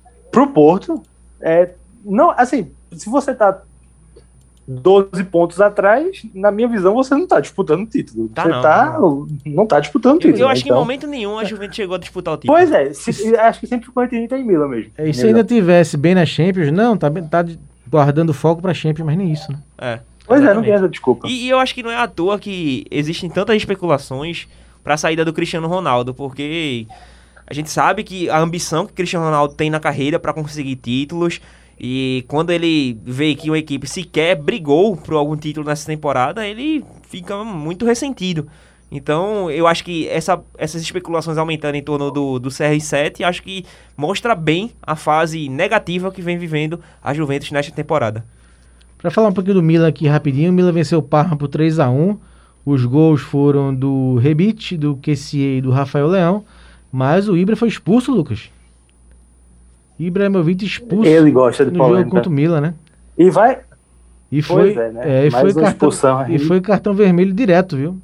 Não, assim, se você tá 12 pontos atrás, na minha visão, você não tá disputando o título. Não tá disputando o título. Eu acho que em momento nenhum a Juventus chegou a disputar o título. Pois é, acho que sempre ficou entre Inter e Milan mesmo. E se ainda tivesse bem na Champions, não, tá guardando foco pra Champions, mas nem isso, né? Pois exatamente. Não tem essa desculpa. E eu acho que não é à toa que existem tantas especulações pra saída do Cristiano Ronaldo, porque a gente sabe que a ambição que o Cristiano Ronaldo tem na carreira pra conseguir títulos, e quando ele vê que uma equipe sequer brigou por algum título nessa temporada, ele fica muito ressentido. Então, eu acho que essas especulações aumentando em torno do CR7, acho que mostra bem a fase negativa que vem vivendo a Juventus nesta temporada. Para falar um pouquinho do Milan aqui rapidinho, o Milan venceu o Parma por 3-1. Os gols foram do Rebic, do Kessié e do Rafael Leão, mas o Ibra foi expulso, Lucas. Ibrahimovic expulso. Ele gosta de no polêmica. jogo contra o Milan, né? E vai... foi, né? Foi cartão vermelho direto, viu?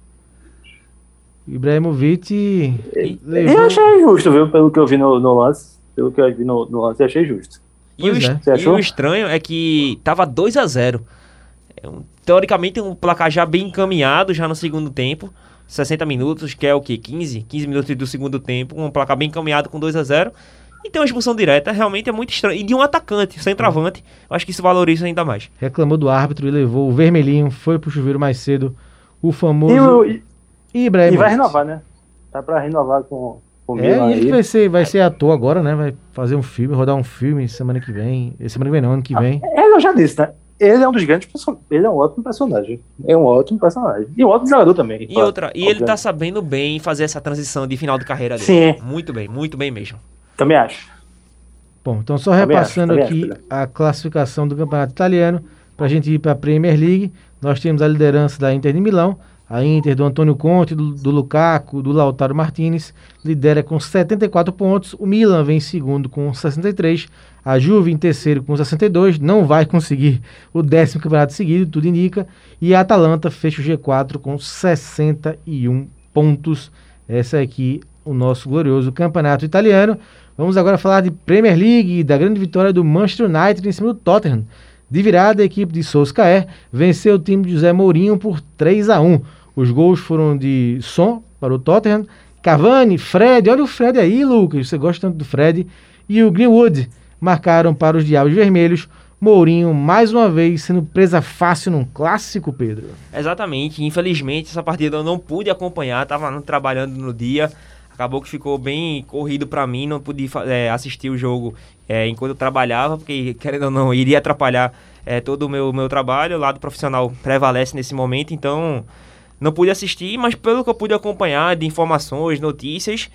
Ibrahimovic levou... Eu achei justo, viu? Pelo que eu vi no lance. Pelo que eu vi no lance, eu achei justo. E o estranho é que tava 2-0. Teoricamente um placar já bem encaminhado, já no segundo tempo. 60 minutos, que é o quê? 15 minutos do segundo tempo. Um placar bem encaminhado com 2-0. E tem uma expulsão direta, realmente é muito estranho. E de um atacante, centroavante, eu acho que isso valoriza ainda mais. Reclamou do árbitro e levou o vermelhinho, foi pro chuveiro mais cedo. O famoso Ibrahimovic. E vai renovar, né? Tá pra renovar com o Milan. E ele vai ser ator agora, né? Vai fazer um filme, rodar um filme semana que vem. Semana que vem não, ano que vem. Eu já disse, né? Ele é um dos grandes personagens. Ele é um ótimo personagem. E um ótimo jogador também. E ele tá sabendo bem fazer essa transição de final de carreira dele. Sim. Muito bem mesmo. Também acho. Bom, então só repassando aqui a classificação do campeonato italiano, para a gente ir para a Premier League, nós temos a liderança da Inter de Milão, a Inter do Antônio Conte, do Lukaku, do Lautaro Martinez, lidera com 74 pontos, o Milan vem em segundo com 63, a Juve em terceiro com 62, não vai conseguir o 10º campeonato seguido, tudo indica, e a Atalanta fecha o G4 com 61 pontos. Essa aqui o nosso glorioso campeonato italiano. Vamos agora falar de Premier League, da grande vitória do Manchester United em cima do Tottenham. De virada, a equipe de Solskjaer venceu o time de José Mourinho por 3-1. Os gols foram de Son para o Tottenham, Cavani, Fred, olha o Fred aí, Lucas, você gosta tanto do Fred, e o Greenwood marcaram para os Diabos Vermelhos. Mourinho, mais uma vez, sendo presa fácil num clássico, Pedro. Exatamente, infelizmente essa partida eu não pude acompanhar, estava trabalhando no dia. Acabou que ficou bem corrido para mim, não pude assistir o jogo enquanto eu trabalhava, porque, querendo ou não, iria atrapalhar todo o meu trabalho. O lado profissional prevalece nesse momento, então não pude assistir, mas pelo que eu pude acompanhar de informações, notícias,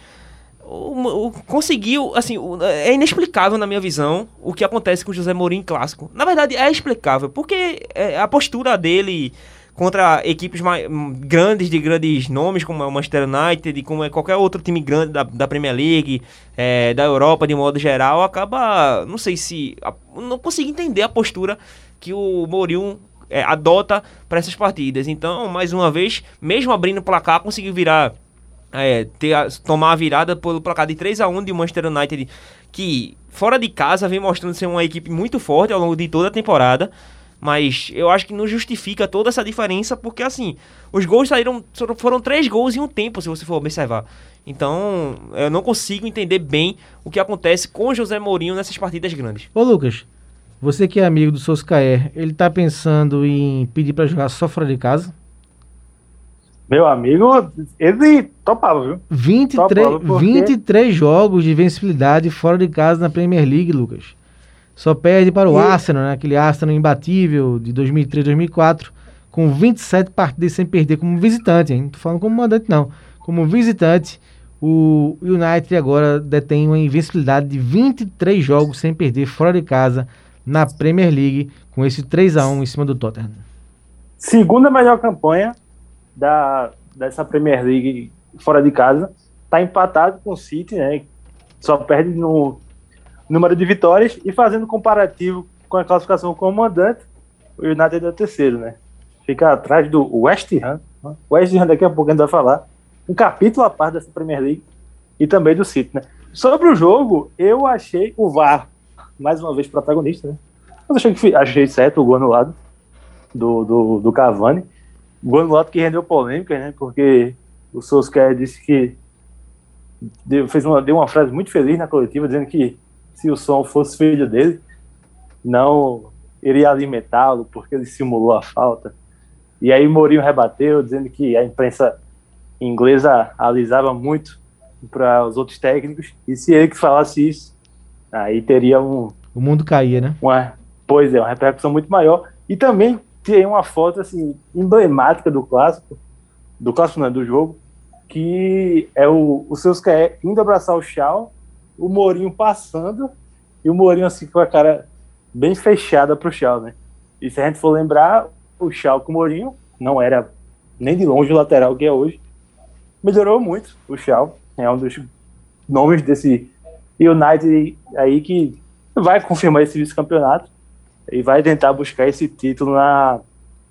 conseguiu, assim, é inexplicável na minha visão o que acontece com o José Mourinho clássico. Na verdade, é explicável, porque a postura dele contra equipes grandes, de grandes nomes, como é o Manchester United, como é qualquer outro time grande da Premier League, da Europa de modo geral, acaba, não sei se, não consigo entender a postura que o Mourinho adota para essas partidas. Então, mais uma vez, mesmo abrindo o placar, conseguiu virar, tomar a virada pelo placar de 3-1 de Manchester United, que fora de casa vem mostrando ser uma equipe muito forte ao longo de toda a temporada. Mas eu acho que não justifica toda essa diferença, porque assim, os gols foram 3 gols em um tempo, se você for observar. Então, eu não consigo entender bem o que acontece com o José Mourinho nessas partidas grandes. Ô Lucas, você que é amigo do Solskjaer, ele tá pensando em pedir pra jogar só fora de casa? Meu amigo, ele topava, viu? 23 jogos de vencibilidade fora de casa na Premier League, Lucas. Só perde para o Arsenal, né? Aquele Arsenal imbatível de 2003, 2004, com 27 partidas sem perder como visitante, hein? Não tô falando como mandante, não. Como visitante, o United agora detém uma invencibilidade de 23 jogos sem perder fora de casa na Premier League, com esse 3-1 em cima do Tottenham. Segunda melhor campanha dessa Premier League fora de casa. Tá empatado com o City, né? Só perde no número de vitórias, e fazendo comparativo com a classificação como mandante, o United é o terceiro, né? Fica atrás do West Ham. O West Ham daqui a pouco a gente vai falar. Um capítulo à parte dessa Premier League e também do City, né? Sobre o jogo, eu achei o VAR, mais uma vez, protagonista, né? Mas achei certo o gol anulado do Cavani. O gol anulado que rendeu polêmica, né? Porque o Solskjaer disse que deu uma frase muito feliz na coletiva, dizendo que se o Son fosse filho dele, não iria alimentá-lo porque ele simulou a falta. E aí Mourinho rebateu, dizendo que a imprensa inglesa alisava muito para os outros técnicos, e se ele que falasse isso, aí teria o mundo caía, né? Uma repercussão muito maior. E também tem uma foto assim, emblemática do jogo, que é o Solskjaer indo abraçar o Shaw, o Mourinho passando, e o Mourinho assim com a cara bem fechada pro Shaw, né? E se a gente for lembrar, o Shaw com o Mourinho não era nem de longe o lateral que é hoje. Melhorou muito o Shaw, é um dos nomes desse United aí que vai confirmar esse vice-campeonato e vai tentar buscar esse título na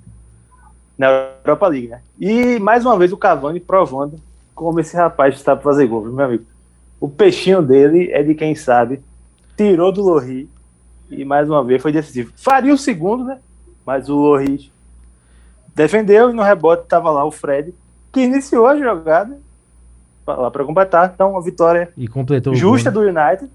Europa League, né? E mais uma vez o Cavani provando como esse rapaz sabe fazer gol, meu amigo. O peixinho dele é de quem sabe, tirou do Lloris e mais uma vez foi decisivo. Faria o segundo, né? Mas o Lloris defendeu e no rebote estava lá o Fred, que iniciou a jogada lá para completar. Então, uma vitória e completou justa do United,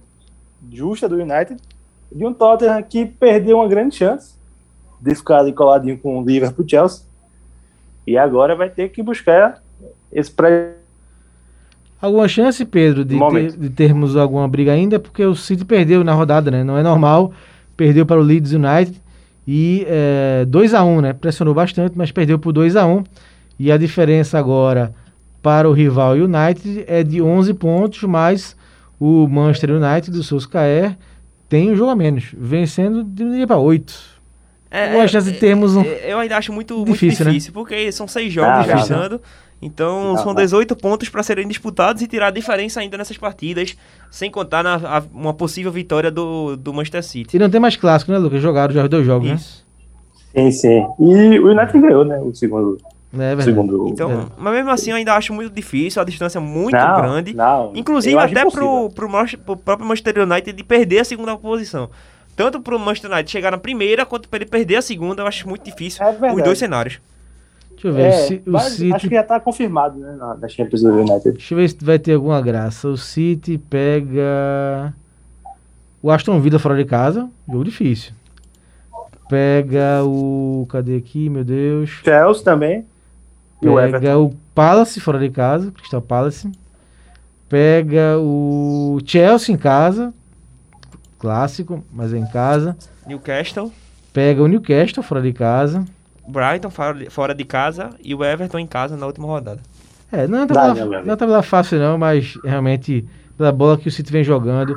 de um Tottenham que perdeu uma grande chance de ficar ali coladinho com o Liverpool e Chelsea, e agora vai ter que buscar esse pré. Alguma chance, Pedro, de termos alguma briga ainda, porque o City perdeu na rodada, né? Não é normal, perdeu para o Leeds United e 2-1, né? Pressionou bastante, mas perdeu por 2-1, e a diferença agora para o rival United é de 11 pontos, mas o Manchester United do Solskjaer tem um jogo a menos, vencendo de um dia para 8. Alguma chance de termos um... Eu ainda acho muito difícil, né? Porque são 6 jogos restando. Então são 18 pontos para serem disputados e tirar a diferença ainda nessas partidas, sem contar uma possível vitória do Manchester City. E não tem mais clássico, né, Lucas? Jogaram já os 2 jogos, isso, né? Sim. E o United ganhou, né? O segundo. Então, mas mesmo assim eu ainda acho muito difícil, a distância muito grande. Inclusive até pro próprio Manchester United de perder a segunda posição. Tanto pro Manchester United chegar na primeira, quanto para ele perder a segunda, eu acho muito difícil os dois cenários. Deixa eu ver. O City... Acho que já está confirmado, né, na Champions do United. Deixa eu ver se vai ter alguma graça. O City pega o Aston Villa fora de casa, jogo difícil. Pega o... Cadê aqui, meu Deus? Chelsea também. Pega o Palace fora de casa, Crystal Palace. pega o Chelsea em casa, clássico, mas é em casa. Newcastle, Pega o Newcastle fora de casa. Brighton fora de casa e o Everton em casa na última rodada. Não é uma tabela fácil não, mas realmente pela bola que o City vem jogando,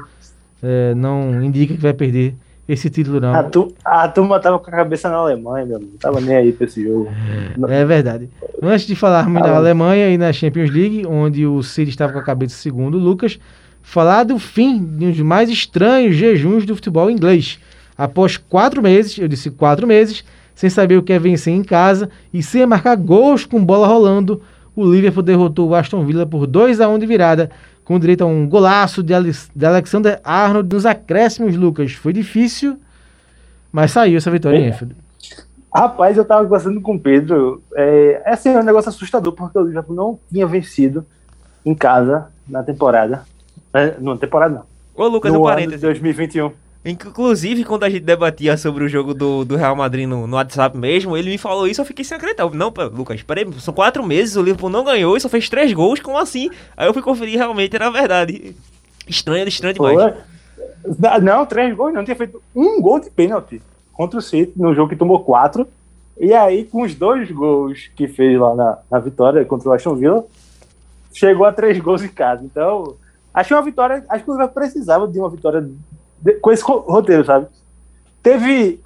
não indica que vai perder esse título não. A turma tava com a cabeça na Alemanha, meu amigo. Não tava nem aí pra esse jogo. É verdade. Antes de falarmos da Alemanha e na Champions League, onde o City estava com a cabeça segundo o Lucas, falar do fim de um dos mais estranhos jejuns do futebol inglês. Após 4 meses, eu disse 4 meses, sem saber o que é vencer em casa e sem marcar gols com bola rolando, o Liverpool derrotou o Aston Villa por 2-1 de virada, com direito a um golaço de Alexander-Arnold nos acréscimos, Lucas. Foi difícil, mas saiu essa vitória em Anfield. Rapaz, eu tava conversando com o Pedro. Assim, é um negócio assustador, porque o Liverpool não tinha vencido em casa na temporada. Não, temporada não. Ô, Lucas, no um ano parênteses. de 2021. Inclusive, quando a gente debatia sobre o jogo do Real Madrid no WhatsApp mesmo, ele me falou isso, eu fiquei sem acreditar. Não, Lucas, peraí, são 4 meses, o Liverpool não ganhou e só fez 3 gols, como assim? Aí eu fui conferir, realmente era verdade. Estranho demais. Não, 3 gols, não tinha feito um gol de pênalti contra o City, no jogo que tomou 4. E aí, com os 2 gols que fez lá na vitória contra o Aston Villa, chegou a 3 gols em casa. Então, achei uma vitória, acho que o Liverpool precisava de uma vitória com esse roteiro, sabe? Teve...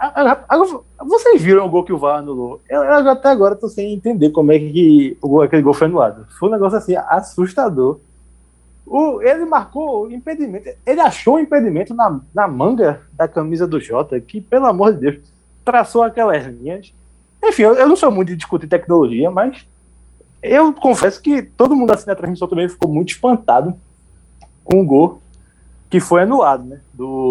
Vocês viram o gol que o VAR anulou? Eu até agora tô sem entender como é que aquele gol foi anulado. Foi um negócio assim, assustador. Ele marcou o impedimento. Ele achou o impedimento na manga da camisa do Jota, que, pelo amor de Deus, traçou aquelas linhas. Enfim, eu não sou muito de discutir tecnologia, mas eu confesso que todo mundo assim na transmissão também ficou muito espantado com o gol que foi anulado, né?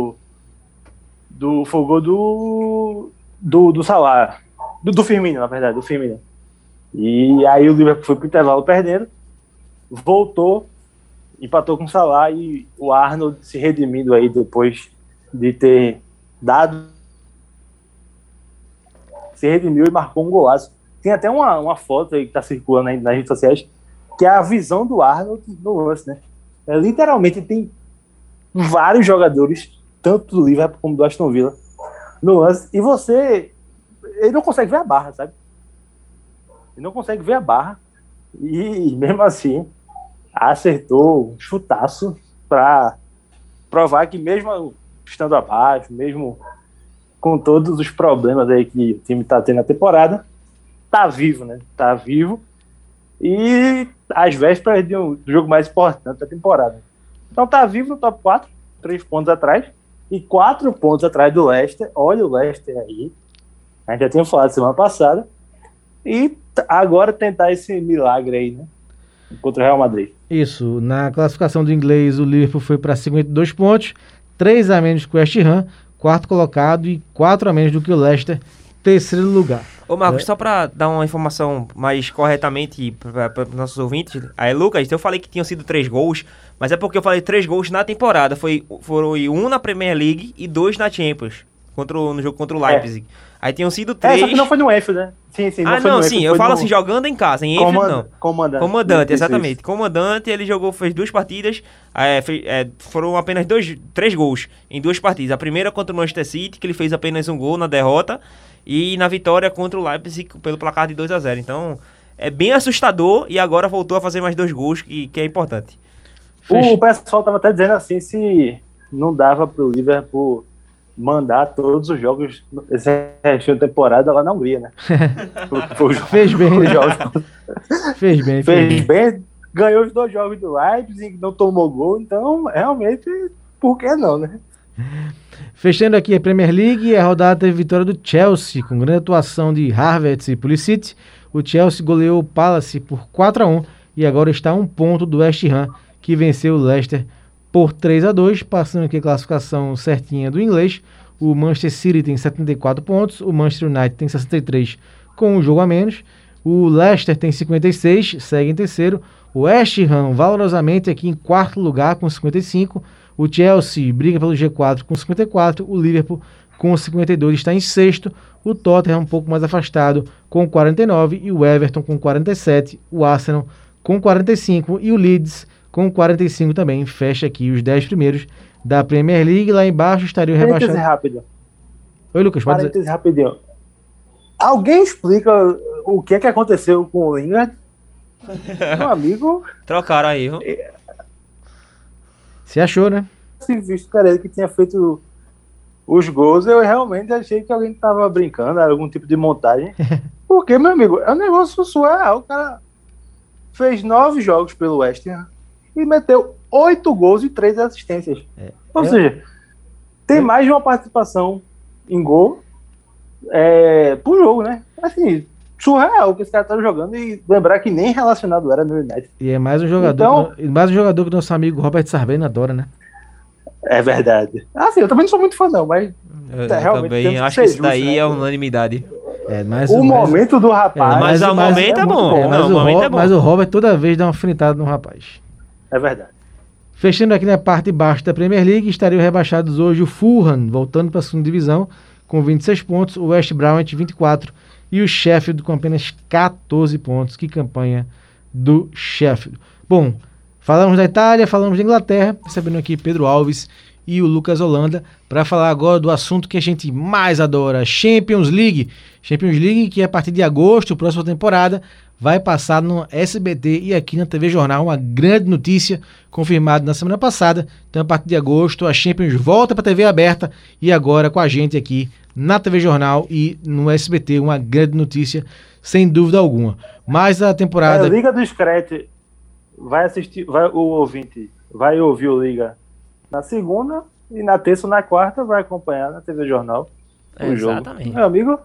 Foi o gol do Salah. Do Firmino, na verdade, do Firmino. E aí o Liverpool foi pro intervalo perdendo, voltou, empatou com o Salah e o Arnold se redimindo aí depois de ter se redimiu e marcou um golaço. Tem até uma foto aí que tá circulando aí nas redes sociais, que é a visão do Arnold no lance, né? Literalmente tem vários jogadores, tanto do Liverpool como do Aston Villa, no lance, e ele não consegue ver a barra, sabe? Ele não consegue ver a barra, e mesmo assim acertou um chutaço para provar que mesmo estando abaixo, mesmo com todos os problemas aí que o time tá tendo na temporada, tá vivo, né? Tá vivo, e às vésperas do jogo mais importante da temporada. Então tá vivo no top 4, 3 pontos atrás, e 4 pontos atrás do Leicester. Olha o Leicester aí, a gente já tinha falado semana passada, e agora tentar esse milagre aí, né, contra o Real Madrid. Isso, na classificação do inglês, o Liverpool foi para 52 pontos, 3 a menos que o West Ham, 4º colocado, e 4 a menos do que o Leicester, 3º lugar. Ô Marcos, só pra dar uma informação mais corretamente para os nossos ouvintes, aí Lucas, eu falei que tinham sido 3 gols, mas é porque eu falei 3 gols na temporada, foram 1 na Premier League e 2 na Champions, no jogo contra o Leipzig. Aí tinham sido 3... Só que não foi no Anfield, né? Sim, não foi no Anfield, eu falo assim, jogando em casa, em Anfield não. Comandante, exatamente. Isso. Comandante, ele fez 2 partidas, foram apenas 3 gols em 2 partidas. A primeira contra o Manchester City, que ele fez apenas 1 gol na derrota, e na vitória contra o Leipzig pelo placar de 2-0. Então, é bem assustador e agora voltou a fazer mais 2 gols, que é importante. O pessoal tava até dizendo assim, se não dava pro Liverpool mandar todos os jogos esse resto da temporada lá na Hungria, né? Fez bem, né? Fez bem. Ganhou os 2 jogos do Leipzig, não tomou gol, então realmente, por que não, né? Fechando aqui a Premier League, a rodada teve vitória do Chelsea, com grande atuação de Havertz e Pulisic. O Chelsea goleou o Palace por 4-1 e agora está a 1 ponto do West Ham, que venceu o Leicester por 3-2, passando aqui a classificação certinha do inglês. O Manchester City tem 74 pontos, o Manchester United tem 63 com um jogo a menos, o Leicester tem 56, segue em terceiro, o West Ham valorosamente aqui em 4º lugar com 55, o Chelsea briga pelo G4 com 54, o Liverpool com 52 está em 6º, o Tottenham um pouco mais afastado com 49 e o Everton com 47, o Arsenal com 45 e o Leeds com 45 também. Fecha aqui os 10 primeiros da Premier League. Lá embaixo estaria o rebaixado. Rápido. Oi, Lucas, pode dizer. Parêntese rapidinho. Alguém explica o que é que aconteceu com o Lingard? Meu amigo... Trocaram aí, viu? Se achou, né? Se visto, cara, ele que tinha feito os gols, eu realmente achei que alguém tava brincando, era algum tipo de montagem. Porque, meu amigo, é um negócio surreal. O cara fez 9 jogos pelo West Ham e meteu 8 gols e 3 assistências. Ou seja, tem mais de uma participação em gol por jogo, né? Assim, surreal que esse cara tá jogando, e lembrar que nem relacionado era no United. E é mais um jogador, mais um jogador que nosso amigo Robert Sarveni adora, né? É verdade. Assim, eu também não sou muito fã não, mas eu também acho que isso daí justo, é unanimidade. O momento do rapaz... Mas o momento é bom. Mas o Robert toda vez dá uma alfinetada no rapaz. É verdade. Fechando aqui na parte de baixo da Premier League, estariam rebaixados hoje o Fulham, voltando para a segunda divisão, com 26 pontos, o West Bromwich 24 e o Sheffield com apenas 14 pontos. Que campanha do Sheffield. Bom, falamos da Itália, falamos da Inglaterra, recebendo aqui Pedro Alves e o Lucas Holanda para falar agora do assunto que a gente mais adora, Champions League. Champions League que a partir de agosto, próxima temporada, vai passar no SBT e aqui na TV Jornal. Uma grande notícia confirmada na semana passada. Então, a partir de agosto, a Champions volta para a TV aberta e agora com a gente aqui na TV Jornal e no SBT. Uma grande notícia, sem dúvida alguma. Mas a temporada... A Liga do Scratch vai assistir, o ouvinte vai ouvir o Liga na segunda e na terça ou na quarta vai acompanhar na TV Jornal o jogo. Exatamente. Meu amigo,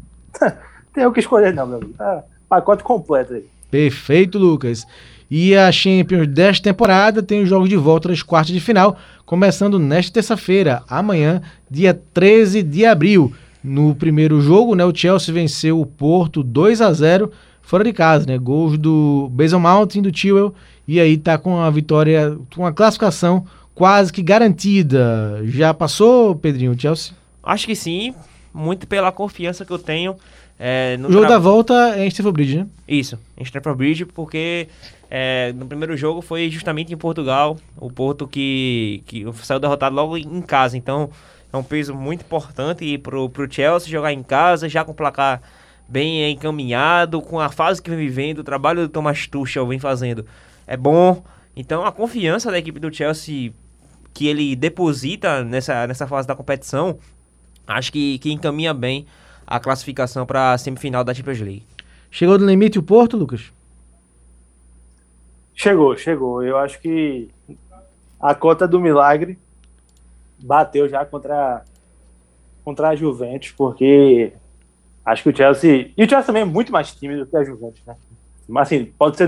tem o que escolher não, meu amigo. Pacote completo aí. Perfeito, Lucas. E a Champions desta temporada tem os jogos de volta das quartas de final, começando nesta terça-feira, amanhã, dia 13 de abril. No primeiro jogo, né, o Chelsea venceu o Porto 2-0 fora de casa, né? Gols do Mason Mount e do Chilwell, e aí tá com a vitória, com a classificação quase que garantida. Já passou, Pedrinho, o Chelsea? Acho que sim, muito pela confiança que eu tenho. O jogo da volta é em Stamford Bridge, né? Isso, em Stamford Bridge, porque no primeiro jogo foi justamente em Portugal, o Porto que saiu derrotado logo em casa, então é um peso muito importante pro Chelsea jogar em casa, já com o placar bem encaminhado, com a fase que vem vivendo, o trabalho do Thomas Tuchel vem fazendo é bom, então a confiança da equipe do Chelsea que ele deposita nessa fase da competição, acho que encaminha bem a classificação para a semifinal da Champions League. Chegou no limite o Porto, Lucas? Chegou. Eu acho que a cota do milagre bateu já contra a Juventus, porque acho que o Chelsea... E o Chelsea também é muito mais tímido que a Juventus, né? Mas assim,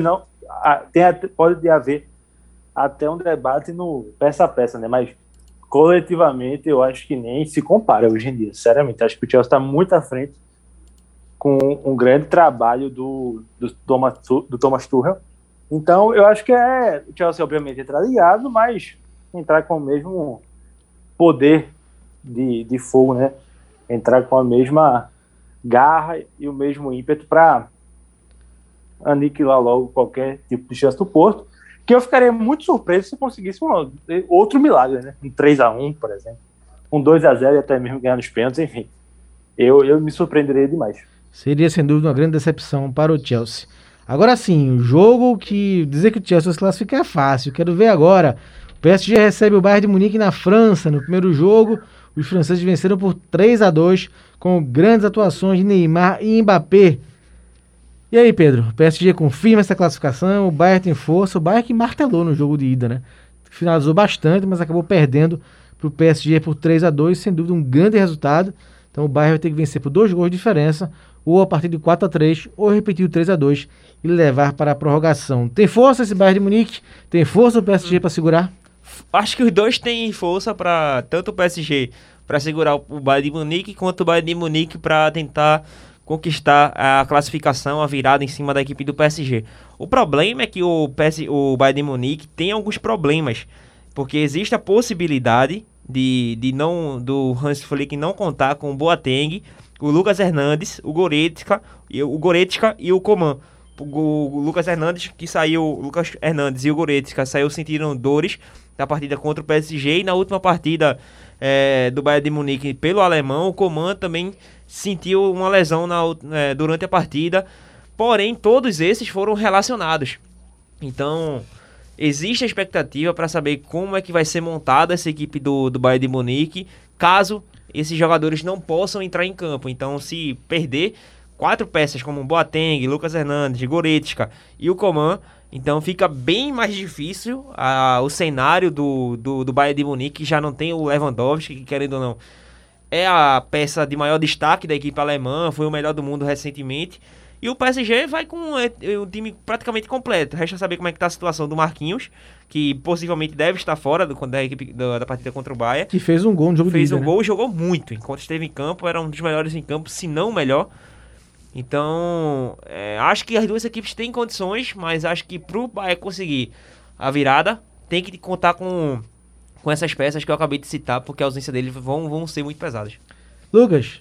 pode haver até um debate no peça a peça, né? Mas coletivamente, eu acho que nem se compara hoje em dia. Sinceramente, acho que o Chelsea está muito à frente com um grande trabalho do Thomas Tuchel. Então, eu acho que o Chelsea, obviamente, entrar ligado, mas entrar com o mesmo poder de fogo, né? Entrar com a mesma garra e o mesmo ímpeto para aniquilar logo qualquer tipo de chance do Porto. Que eu ficaria muito surpreso se conseguisse outro milagre, né? Um 3-1, por exemplo. Um 2-0 e até mesmo ganhar nos pênaltis, enfim. Eu me surpreenderia demais. Seria, sem dúvida, uma grande decepção para o Chelsea. Agora sim, o jogo que dizer que o Chelsea se classifica é fácil. Quero ver agora. O PSG recebe o Bayern de Munique na França. No primeiro jogo, os franceses venceram por 3-2, com grandes atuações de Neymar e Mbappé. E aí, Pedro, o PSG confirma essa classificação, o Bayern tem força, o Bayern que martelou no jogo de ida, né? Finalizou bastante, mas acabou perdendo para o PSG por 3-2, sem dúvida um grande resultado. Então o Bayern vai ter que vencer por 2 gols de diferença, ou a partir de 4-3, ou repetir o 3-2 e levar para a prorrogação. Tem força esse Bayern de Munique? Tem força o PSG para segurar? Acho que os dois têm força, para tanto o PSG para segurar o Bayern de Munique, quanto o Bayern de Munique para tentar conquistar a classificação, a virada em cima da equipe do PSG. O problema é que o Bayern de Munique tem alguns problemas, porque existe a possibilidade do Hans Flick não contar com o Boateng, o Lucas Hernandes, o Goretzka e o Coman. o Lucas Hernandes, o Lucas Hernandes e o Goretzka sentiram dores da partida contra o PSG, e na última partida do Bayern de Munique pelo alemão, o Coman também sentiu uma lesão durante a partida, porém todos esses foram relacionados. Então existe a expectativa para saber como é que vai ser montada essa equipe do Bayern de Munique, caso esses jogadores não possam entrar em campo. Então, se perder 4 peças como Boateng, Lucas Hernandes, Goretzka e o Coman, então fica bem mais difícil o cenário do Bayern de Munique, que já não tem o Lewandowski, que, querendo ou não, é a peça de maior destaque da equipe alemã, foi o melhor do mundo recentemente. E o PSG vai com o time praticamente completo. Resta saber como é que tá a situação do Marquinhos, que possivelmente deve estar fora da equipe da partida contra o Bayern. Que fez um gol no jogo de ida, Fez um gol e jogou muito. Enquanto esteve em campo, era um dos melhores em campo, se não o melhor. Então, acho que as duas equipes têm condições, mas acho que pro Bayern conseguir a virada, tem que contar com essas peças que eu acabei de citar, porque a ausência deles vão ser muito pesadas. Lucas?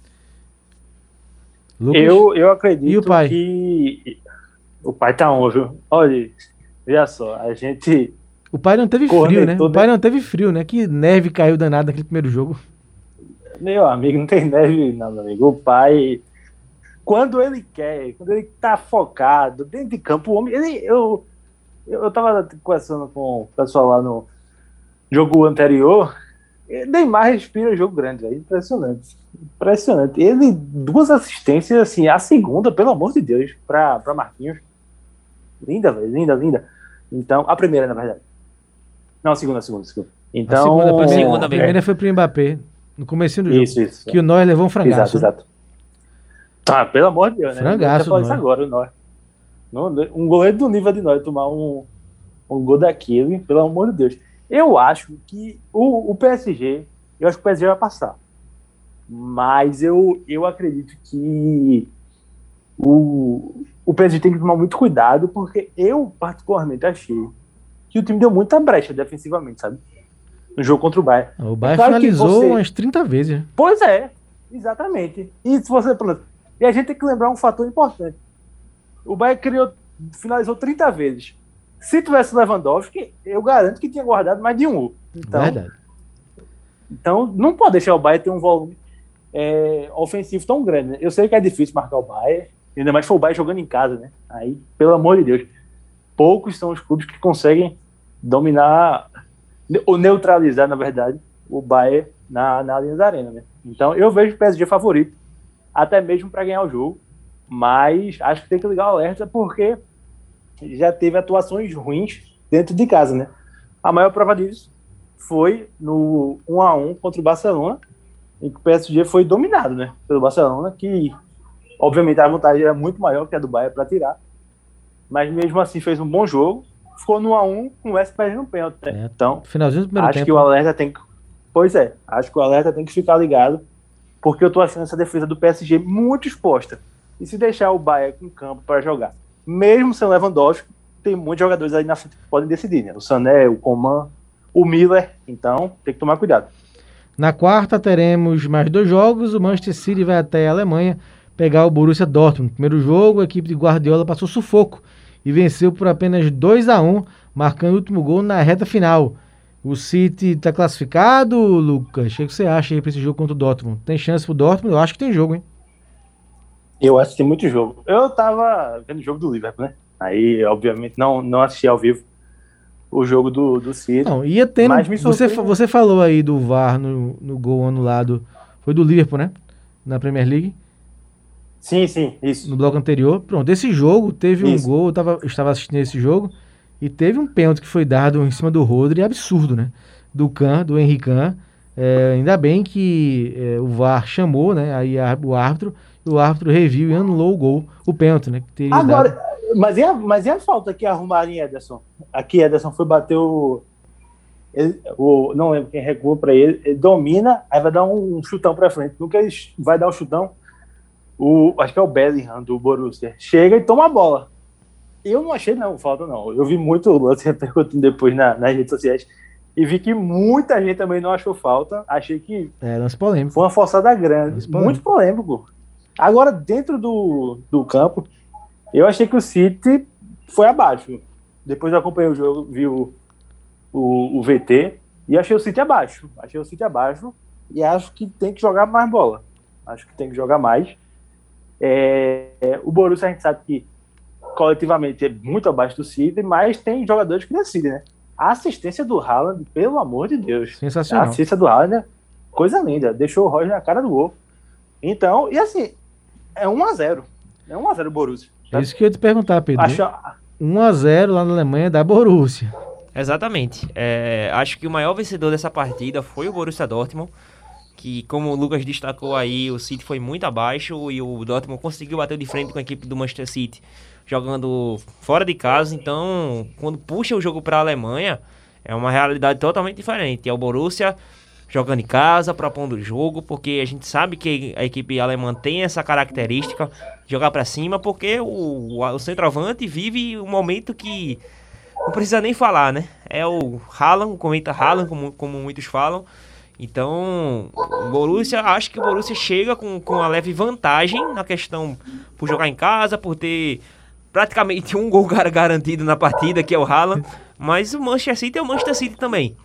Eu acredito e o pai? Que o pai tá on, viu? Olha, veja só, a gente... O pai não teve frio, né? O pai não teve frio, né? Que neve caiu danado naquele primeiro jogo. Meu amigo, não tem neve não, meu amigo. O pai, quando ele quer, quando ele tá focado, dentro de campo, o homem... Eu tava conversando com o pessoal lá no jogo anterior, Neymar respira jogo grande, é impressionante. Impressionante. Ele, 2 assistências, assim, a segunda, pelo amor de Deus, pra Marquinhos. Linda, velho, linda. Então, a primeira, na verdade. Não, a segunda. Então, a primeira foi pro Mbappé, no comecinho do jogo. Isso. Que o Neuer levou um frangaço. Exato. Tá, pelo amor de Deus, né? Frangaço, isso agora, o Neuer. Um goleiro do nível de Neuer tomar um gol daquele, pelo amor de Deus. Eu acho que o PSG vai passar. Mas eu acredito que o PSG tem que tomar muito cuidado, porque eu particularmente achei que o time deu muita brecha defensivamente, sabe? No jogo contra o Bayern. O Bayern finalizou umas 30 vezes. Pois é, exatamente. E se você... E a gente tem que lembrar um fator importante. O Bayern finalizou 30 vezes. Se tivesse Lewandowski, eu garanto que tinha guardado mais de um. Verdade. Então, não pode deixar o Bayern ter um volume ofensivo tão grande, né? Eu sei que é difícil marcar o Bayern, ainda mais foi o Bayern jogando em casa, né? Aí, pelo amor de Deus, poucos são os clubes que conseguem dominar ou neutralizar, na verdade, o Bayern na linha da arena, né? Então, eu vejo o PSG favorito, até mesmo para ganhar o jogo, mas acho que tem que ligar o alerta, porque já teve atuações ruins dentro de casa, né? A maior prova disso foi no 1-1 contra o Barcelona, em que o PSG foi dominado, né, pelo Barcelona, que obviamente a vantagem era muito maior que a do Bayern para tirar, mas mesmo assim fez um bom jogo, ficou no 1-1 com o PSG no pênalti, né? Então, finalzinho do primeiro acho tempo. Que o alerta tem que... Pois é, acho que o alerta tem que ficar ligado, porque eu tô achando essa defesa do PSG muito exposta, e se deixar o Bayern com campo para jogar, mesmo sem Lewandowski, tem muitos jogadores aí na frente que podem decidir, né? O Sané, o Coman, o Miller, então tem que tomar cuidado. Na quarta teremos mais 2 jogos, o Manchester City vai até a Alemanha pegar o Borussia Dortmund. No primeiro jogo, a equipe de Guardiola passou sufoco e venceu por apenas 2-1, marcando o último gol na reta final. O City está classificado, Lucas? O que você acha aí para esse jogo contra o Dortmund? Tem chance pro Dortmund? Eu acho que tem jogo, hein? Eu acho que tem muito jogo. Eu tava vendo o jogo do Liverpool, né? Aí, obviamente, não assisti ao vivo o jogo do City. Não, ia tendo. Você falou aí do VAR no gol anulado. Foi do Liverpool, né? Na Premier League. Sim, isso. No bloco anterior. Pronto, esse jogo teve um gol. Eu estava assistindo esse jogo. E teve um pênalti que foi dado em cima do Rodri, absurdo, né? Do Henry Can. Ainda bem que o VAR chamou, né? Aí o árbitro reviu e anulou o gol, o pênalti, né? Que agora, dado. Mas e a falta que arrumaram em Ederson? Aqui Ederson foi bater não lembro quem recuou para ele domina, aí vai dar um chutão para frente. No que ele vai dar o chutão, acho que é o Bellingham do Borussia, chega e toma a bola. Eu não achei falta não. Eu vi muito lance repercutindo depois nas redes sociais e vi que muita gente também não achou falta. Achei que lance polêmico. Foi uma forçada grande, muito polêmico. Agora, dentro do campo, Eu achei que o City foi abaixo. Depois eu acompanhei o jogo, vi o VT e achei o City abaixo. E acho que tem que jogar mais bola. O Borussia a gente sabe que coletivamente é muito abaixo do City, mas tem jogadores que decidem, né? A assistência do Haaland, pelo amor de Deus. Sensacional. A assistência do Haaland é coisa linda. Deixou o Roger na cara do gol. Então, e assim, é 1-0. É 1-0 o Borussia. É isso que eu ia te perguntar, Pedro. Acho... 1-0 lá na Alemanha da Borussia. Exatamente. Acho que o maior vencedor dessa partida foi o Borussia Dortmund, que, como o Lucas destacou aí, o City foi muito abaixo e o Dortmund conseguiu bater de frente com a equipe do Manchester City, jogando fora de casa. Então, quando puxa o jogo para a Alemanha, é uma realidade totalmente diferente. É o Borussia jogando em casa, propondo o jogo, porque a gente sabe que a equipe alemã tem essa característica de jogar para cima, porque o centroavante vive um momento que não precisa nem falar, né? É o Haaland, comenta Haaland, como muitos falam. Então, acho que o Borussia chega com uma leve vantagem na questão por jogar em casa, por ter praticamente um gol garantido na partida, que é o Haaland, mas o Manchester City é o Manchester City também.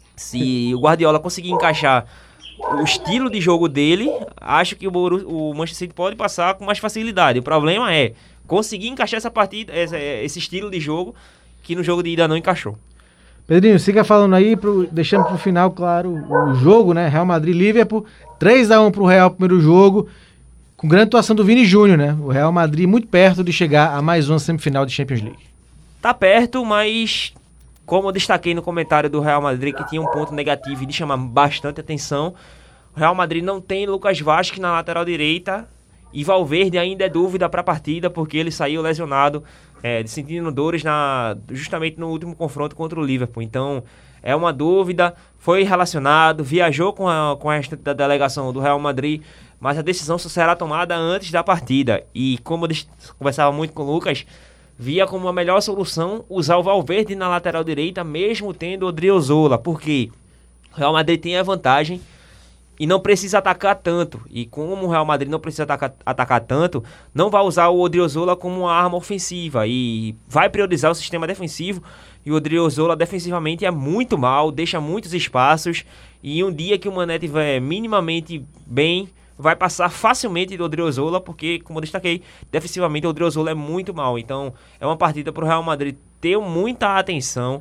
Se o Guardiola conseguir encaixar o estilo de jogo dele, acho que o Manchester City pode passar com mais facilidade. O problema é conseguir encaixar essa partida, esse estilo de jogo, que no jogo de ida não encaixou. Pedrinho, siga falando aí, deixando pro final, claro, o jogo, né? Real Madrid e Liverpool, 3-1 pro Real primeiro jogo, com grande atuação do Vini Júnior, né? O Real Madrid muito perto de chegar a mais uma semifinal de Champions League. Tá perto, mas como eu destaquei no comentário do Real Madrid, que tinha um ponto negativo e de chamar bastante atenção, o Real Madrid não tem Lucas Vazquez na lateral direita e Valverde ainda é dúvida para a partida, porque ele saiu lesionado, sentindo dores justamente no último confronto contra o Liverpool. Então, é uma dúvida, foi relacionado, viajou com a restante da delegação do Real Madrid, mas a decisão só será tomada antes da partida. E como eu conversava muito com o Lucas, via como a melhor solução usar o Valverde na lateral direita, mesmo tendo o Odriozola, porque o Real Madrid tem a vantagem e não precisa atacar tanto. E como o Real Madrid não precisa atacar tanto, não vai usar o Odriozola como uma arma ofensiva e vai priorizar o sistema defensivo. E o Odriozola defensivamente é muito mal, deixa muitos espaços, e um dia que o Mané estiver minimamente bem, vai passar facilmente do Odriozola, porque, como eu destaquei, defensivamente o Odriozola é muito mal. Então, é uma partida para o Real Madrid ter muita atenção.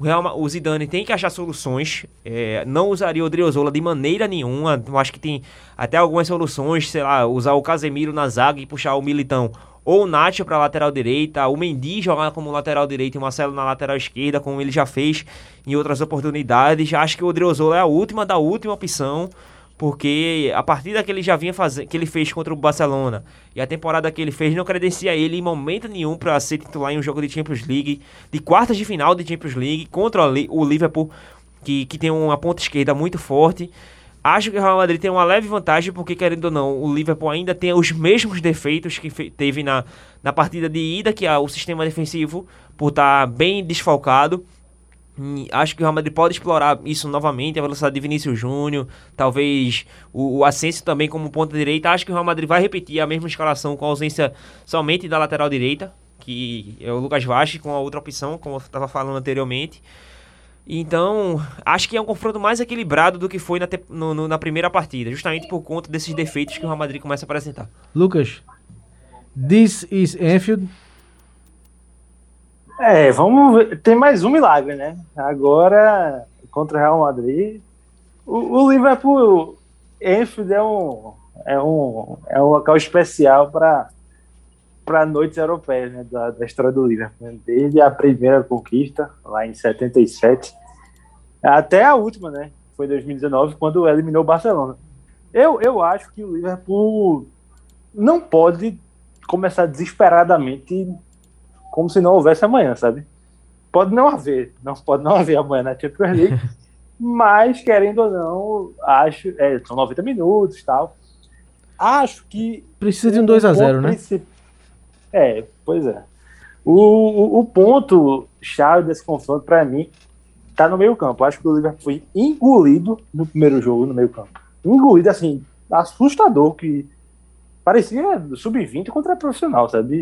O Zidane tem que achar soluções. Não usaria o Odriozola de maneira nenhuma. Eu acho que tem até algumas soluções, sei lá, usar o Casemiro na zaga e puxar o Militão ou o Nacho para a lateral direita, o Mendy jogar como lateral direito e o Marcelo na lateral esquerda, como ele já fez em outras oportunidades. Acho que o Odriozola é a última opção, porque a partida que ele já vinha fazendo, que ele fez contra o Barcelona, e a temporada que ele fez não credencia ele em momento nenhum para ser titular em um jogo de Champions League, de quartas de final de Champions League, contra o Liverpool, que tem uma ponta esquerda muito forte. Acho que o Real Madrid tem uma leve vantagem, porque, querendo ou não, o Liverpool ainda tem os mesmos defeitos que teve na partida de ida, que é o sistema defensivo, por estar bem desfalcado. Acho que o Real Madrid pode explorar isso novamente, a velocidade de Vinícius Júnior, talvez o Asensio também como ponta direita. Acho que o Real Madrid vai repetir a mesma escalação com a ausência somente da lateral direita, que é o Lucas Vazquez, com a outra opção, como eu estava falando anteriormente. Então, acho que é um confronto mais equilibrado do que foi na primeira partida, justamente por conta desses defeitos que o Real Madrid começa a apresentar. Lucas, this is Anfield. Vamos ver. Tem mais um milagre, né? Agora, contra o Real Madrid, o Liverpool, Anfield é um local especial para noites europeias, né? Da história do Liverpool. Desde a primeira conquista, lá em 77, até a última, né? Foi em 2019, quando eliminou o Barcelona. Eu acho que o Liverpool não pode começar desesperadamente como se não houvesse amanhã, sabe? Pode não haver amanhã na Champions League, mas, querendo ou não, acho... são 90 minutos e tal. Acho que... Precisa de um 2-0, né? Pois é. O ponto-chave desse confronto, para mim, tá no meio-campo. Acho que o Liverpool foi engolido no primeiro jogo, no meio-campo. Engolido, assim, assustador, que parecia sub-20 contra profissional, sabe?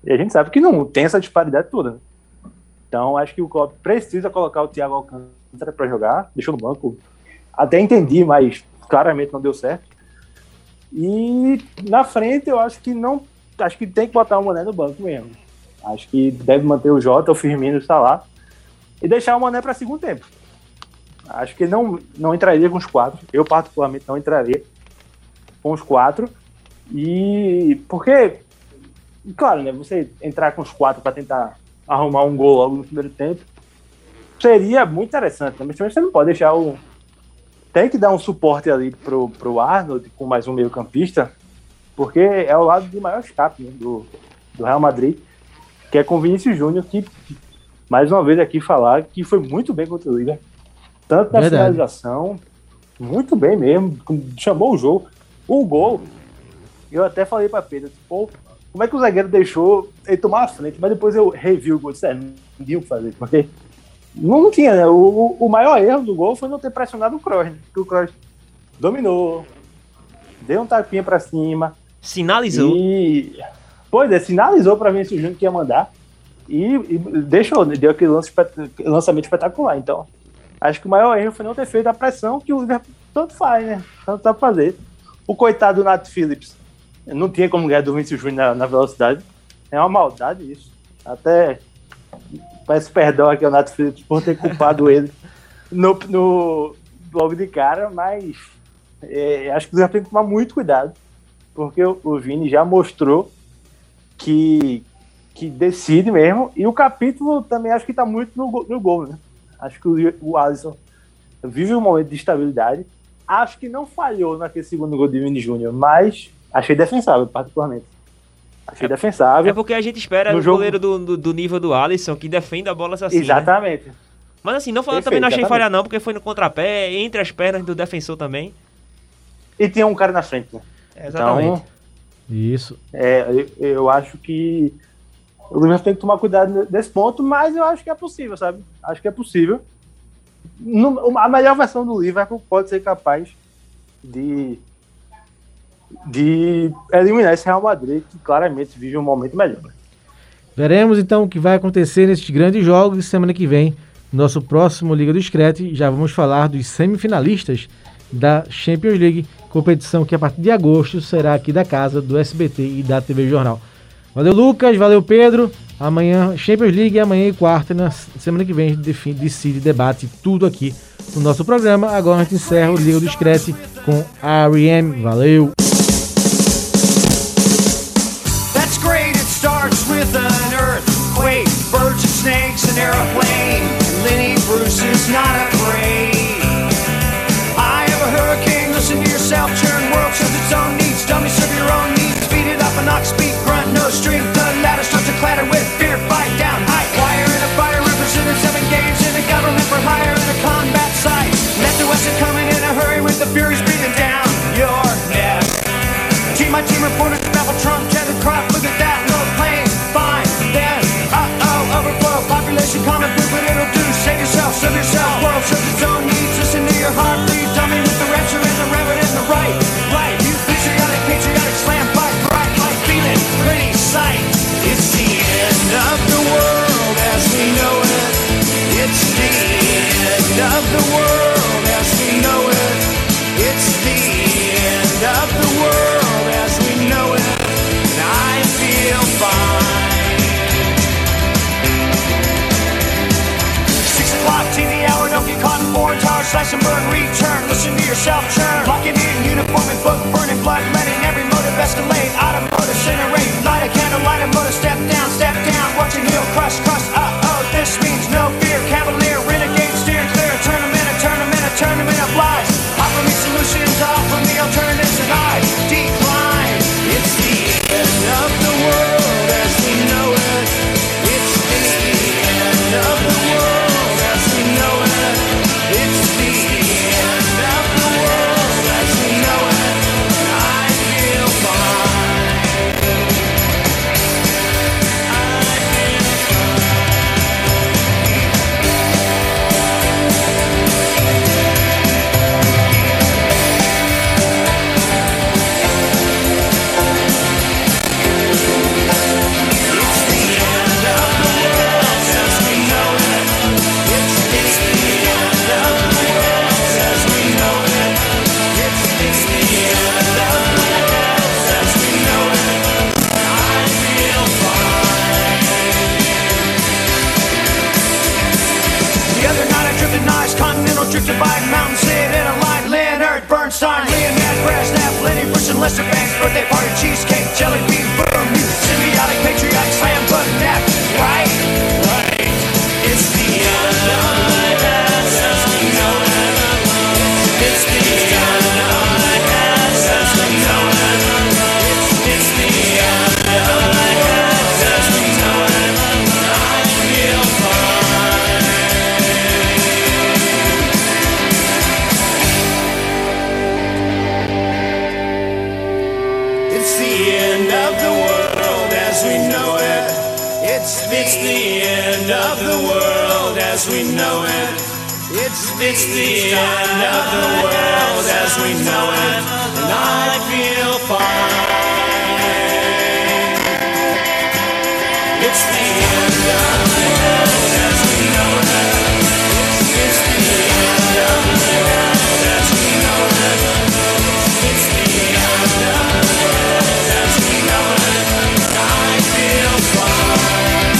E a gente sabe que não tem essa disparidade toda. Né? Então, acho que o Klopp precisa colocar o Thiago Alcântara para jogar, deixou no banco. Até entendi, mas claramente não deu certo. E na frente, eu acho que não. Acho que tem que botar o Mané no banco mesmo. Acho que deve manter o Jota, o Firmino está lá. E deixar o Mané para segundo tempo. Acho que não entraria com os 4. Eu, particularmente, não entraria com os 4. E porque, claro, né, você entrar com os 4 para tentar arrumar um gol logo no primeiro tempo seria muito interessante. Mas você não pode deixar o... Tem que dar um suporte ali pro Arnold com mais um meio campista, porque é o lado de maior escape, né, do Real Madrid, que é com o Vinícius Júnior, que, mais uma vez aqui falar, que foi muito bem contra o Liverpool. Tanto na finalização, muito bem mesmo, chamou o jogo. O gol, eu até falei para Pedro, pô, como é que o zagueiro deixou ele tomar a frente? Mas depois eu revi o gol, disse, não tinha o que fazer, porque não tinha, né? O maior erro do gol foi não ter pressionado o Kroos, né? Porque o Kroos dominou, deu um tapinha para cima. Sinalizou. Sinalizou para Vinícius Júnior que ia mandar e deu aquele lançamento espetacular. Então, acho que o maior erro foi não ter feito a pressão que o Liverpool tanto faz, né? Tanto dá pra fazer. O coitado do Nat Phillips não tinha como ganhar do Vinícius Júnior na velocidade. É uma maldade isso. Até peço perdão aqui ao Nat Phillips por ter culpado ele logo de cara, mas acho que o Liverpool tem que tomar muito cuidado, porque o Vini já mostrou que decide mesmo, e o capítulo também acho que está muito no gol, né? Acho que o Alisson vive um momento de estabilidade. Acho que não falhou naquele segundo gol de Vini Júnior, mas achei defensável, particularmente. Achei defensável. É porque a gente espera o goleiro do nível do Alisson, que defenda a bola assim. Exatamente. Né? Mas assim, não falando também, não achei falha não, porque foi no contrapé, entre as pernas do defensor também. E tinha um cara na frente, né? Exatamente. Então, isso. Eu acho que o Liverpool tem que tomar cuidado nesse ponto, mas eu acho que é possível, sabe? Acho que é possível. A melhor versão do Liverpool pode ser capaz de eliminar esse Real Madrid, que claramente vive um momento melhor. Veremos então o que vai acontecer nesses grandes jogos, e semana que vem, no nosso próximo Liga do Screte, já vamos falar dos semifinalistas da Champions League, competição que a partir de agosto será aqui da casa do SBT e da TV Jornal. Valeu, Lucas, valeu, Pedro. Amanhã Champions League, amanhã e quarta, na semana que vem a gente decide, debate tudo aqui no nosso programa. Agora a gente encerra o Liga do Screte com R.E.M. Valeu! That's great, it starts with an earthquake, birds and snakes, an airplane, and Lenny Bruce is not afraid. I have a hurricane, listen to yourself, churn, world serves its own needs, dummy serve your own needs, speed it up and knock, speed, grunt, no strength, the ladder starts to clatter with fear, fight down, high, wire in a fire, representing 7 games in a government for hire in a combat site, left to west coming in a hurry with the furies breathing down your neck. Team my team reporters, Babel Trump, Kevin Croft, look at that, no plane, fine, then, overflow, population, common food, but it'll do, save yourself, serve yourself, world serves its own needs, listen to your heartbeat, dummy with the rapture and the rabbit and the right, you patriotic, slam, fight, bright, light, feeling, pretty sight, it's the end of the world as we know it, it's the end of the world as we know it, it's the end of the world as we know it, and I feel fine. 6 o'clock, TV hour, don't get caught in foreign towers, slash and burn, return, listen to yourself churn, locking in, uniform and book, burning blood, letting every motive escalate, automotive, incinerate, light a candle, light a motor, step down, watching heel, crush, this means no fear, cavalier, renegade, steering clear, tournament of lies, offer me solutions, offer me alternatives, and I decline, it's the end of the world as we know it, it's the end of the world as we know it, it's the end of the world as we know it, and I feel fine. as we know it. It's the end of the world as we know it, and I feel fine. It's the end of the world as we know it. It's the end of the world as we know it. It's the end of the world as we know it, and I feel fine.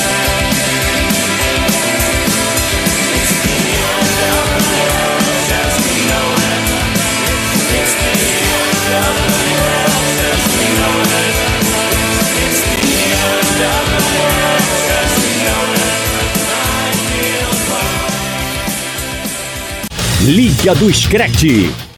It's the end of the world as we know it. It's the end of the world as we know it. It's the end of the world as we know it. I feel fine. Liga do Scratch.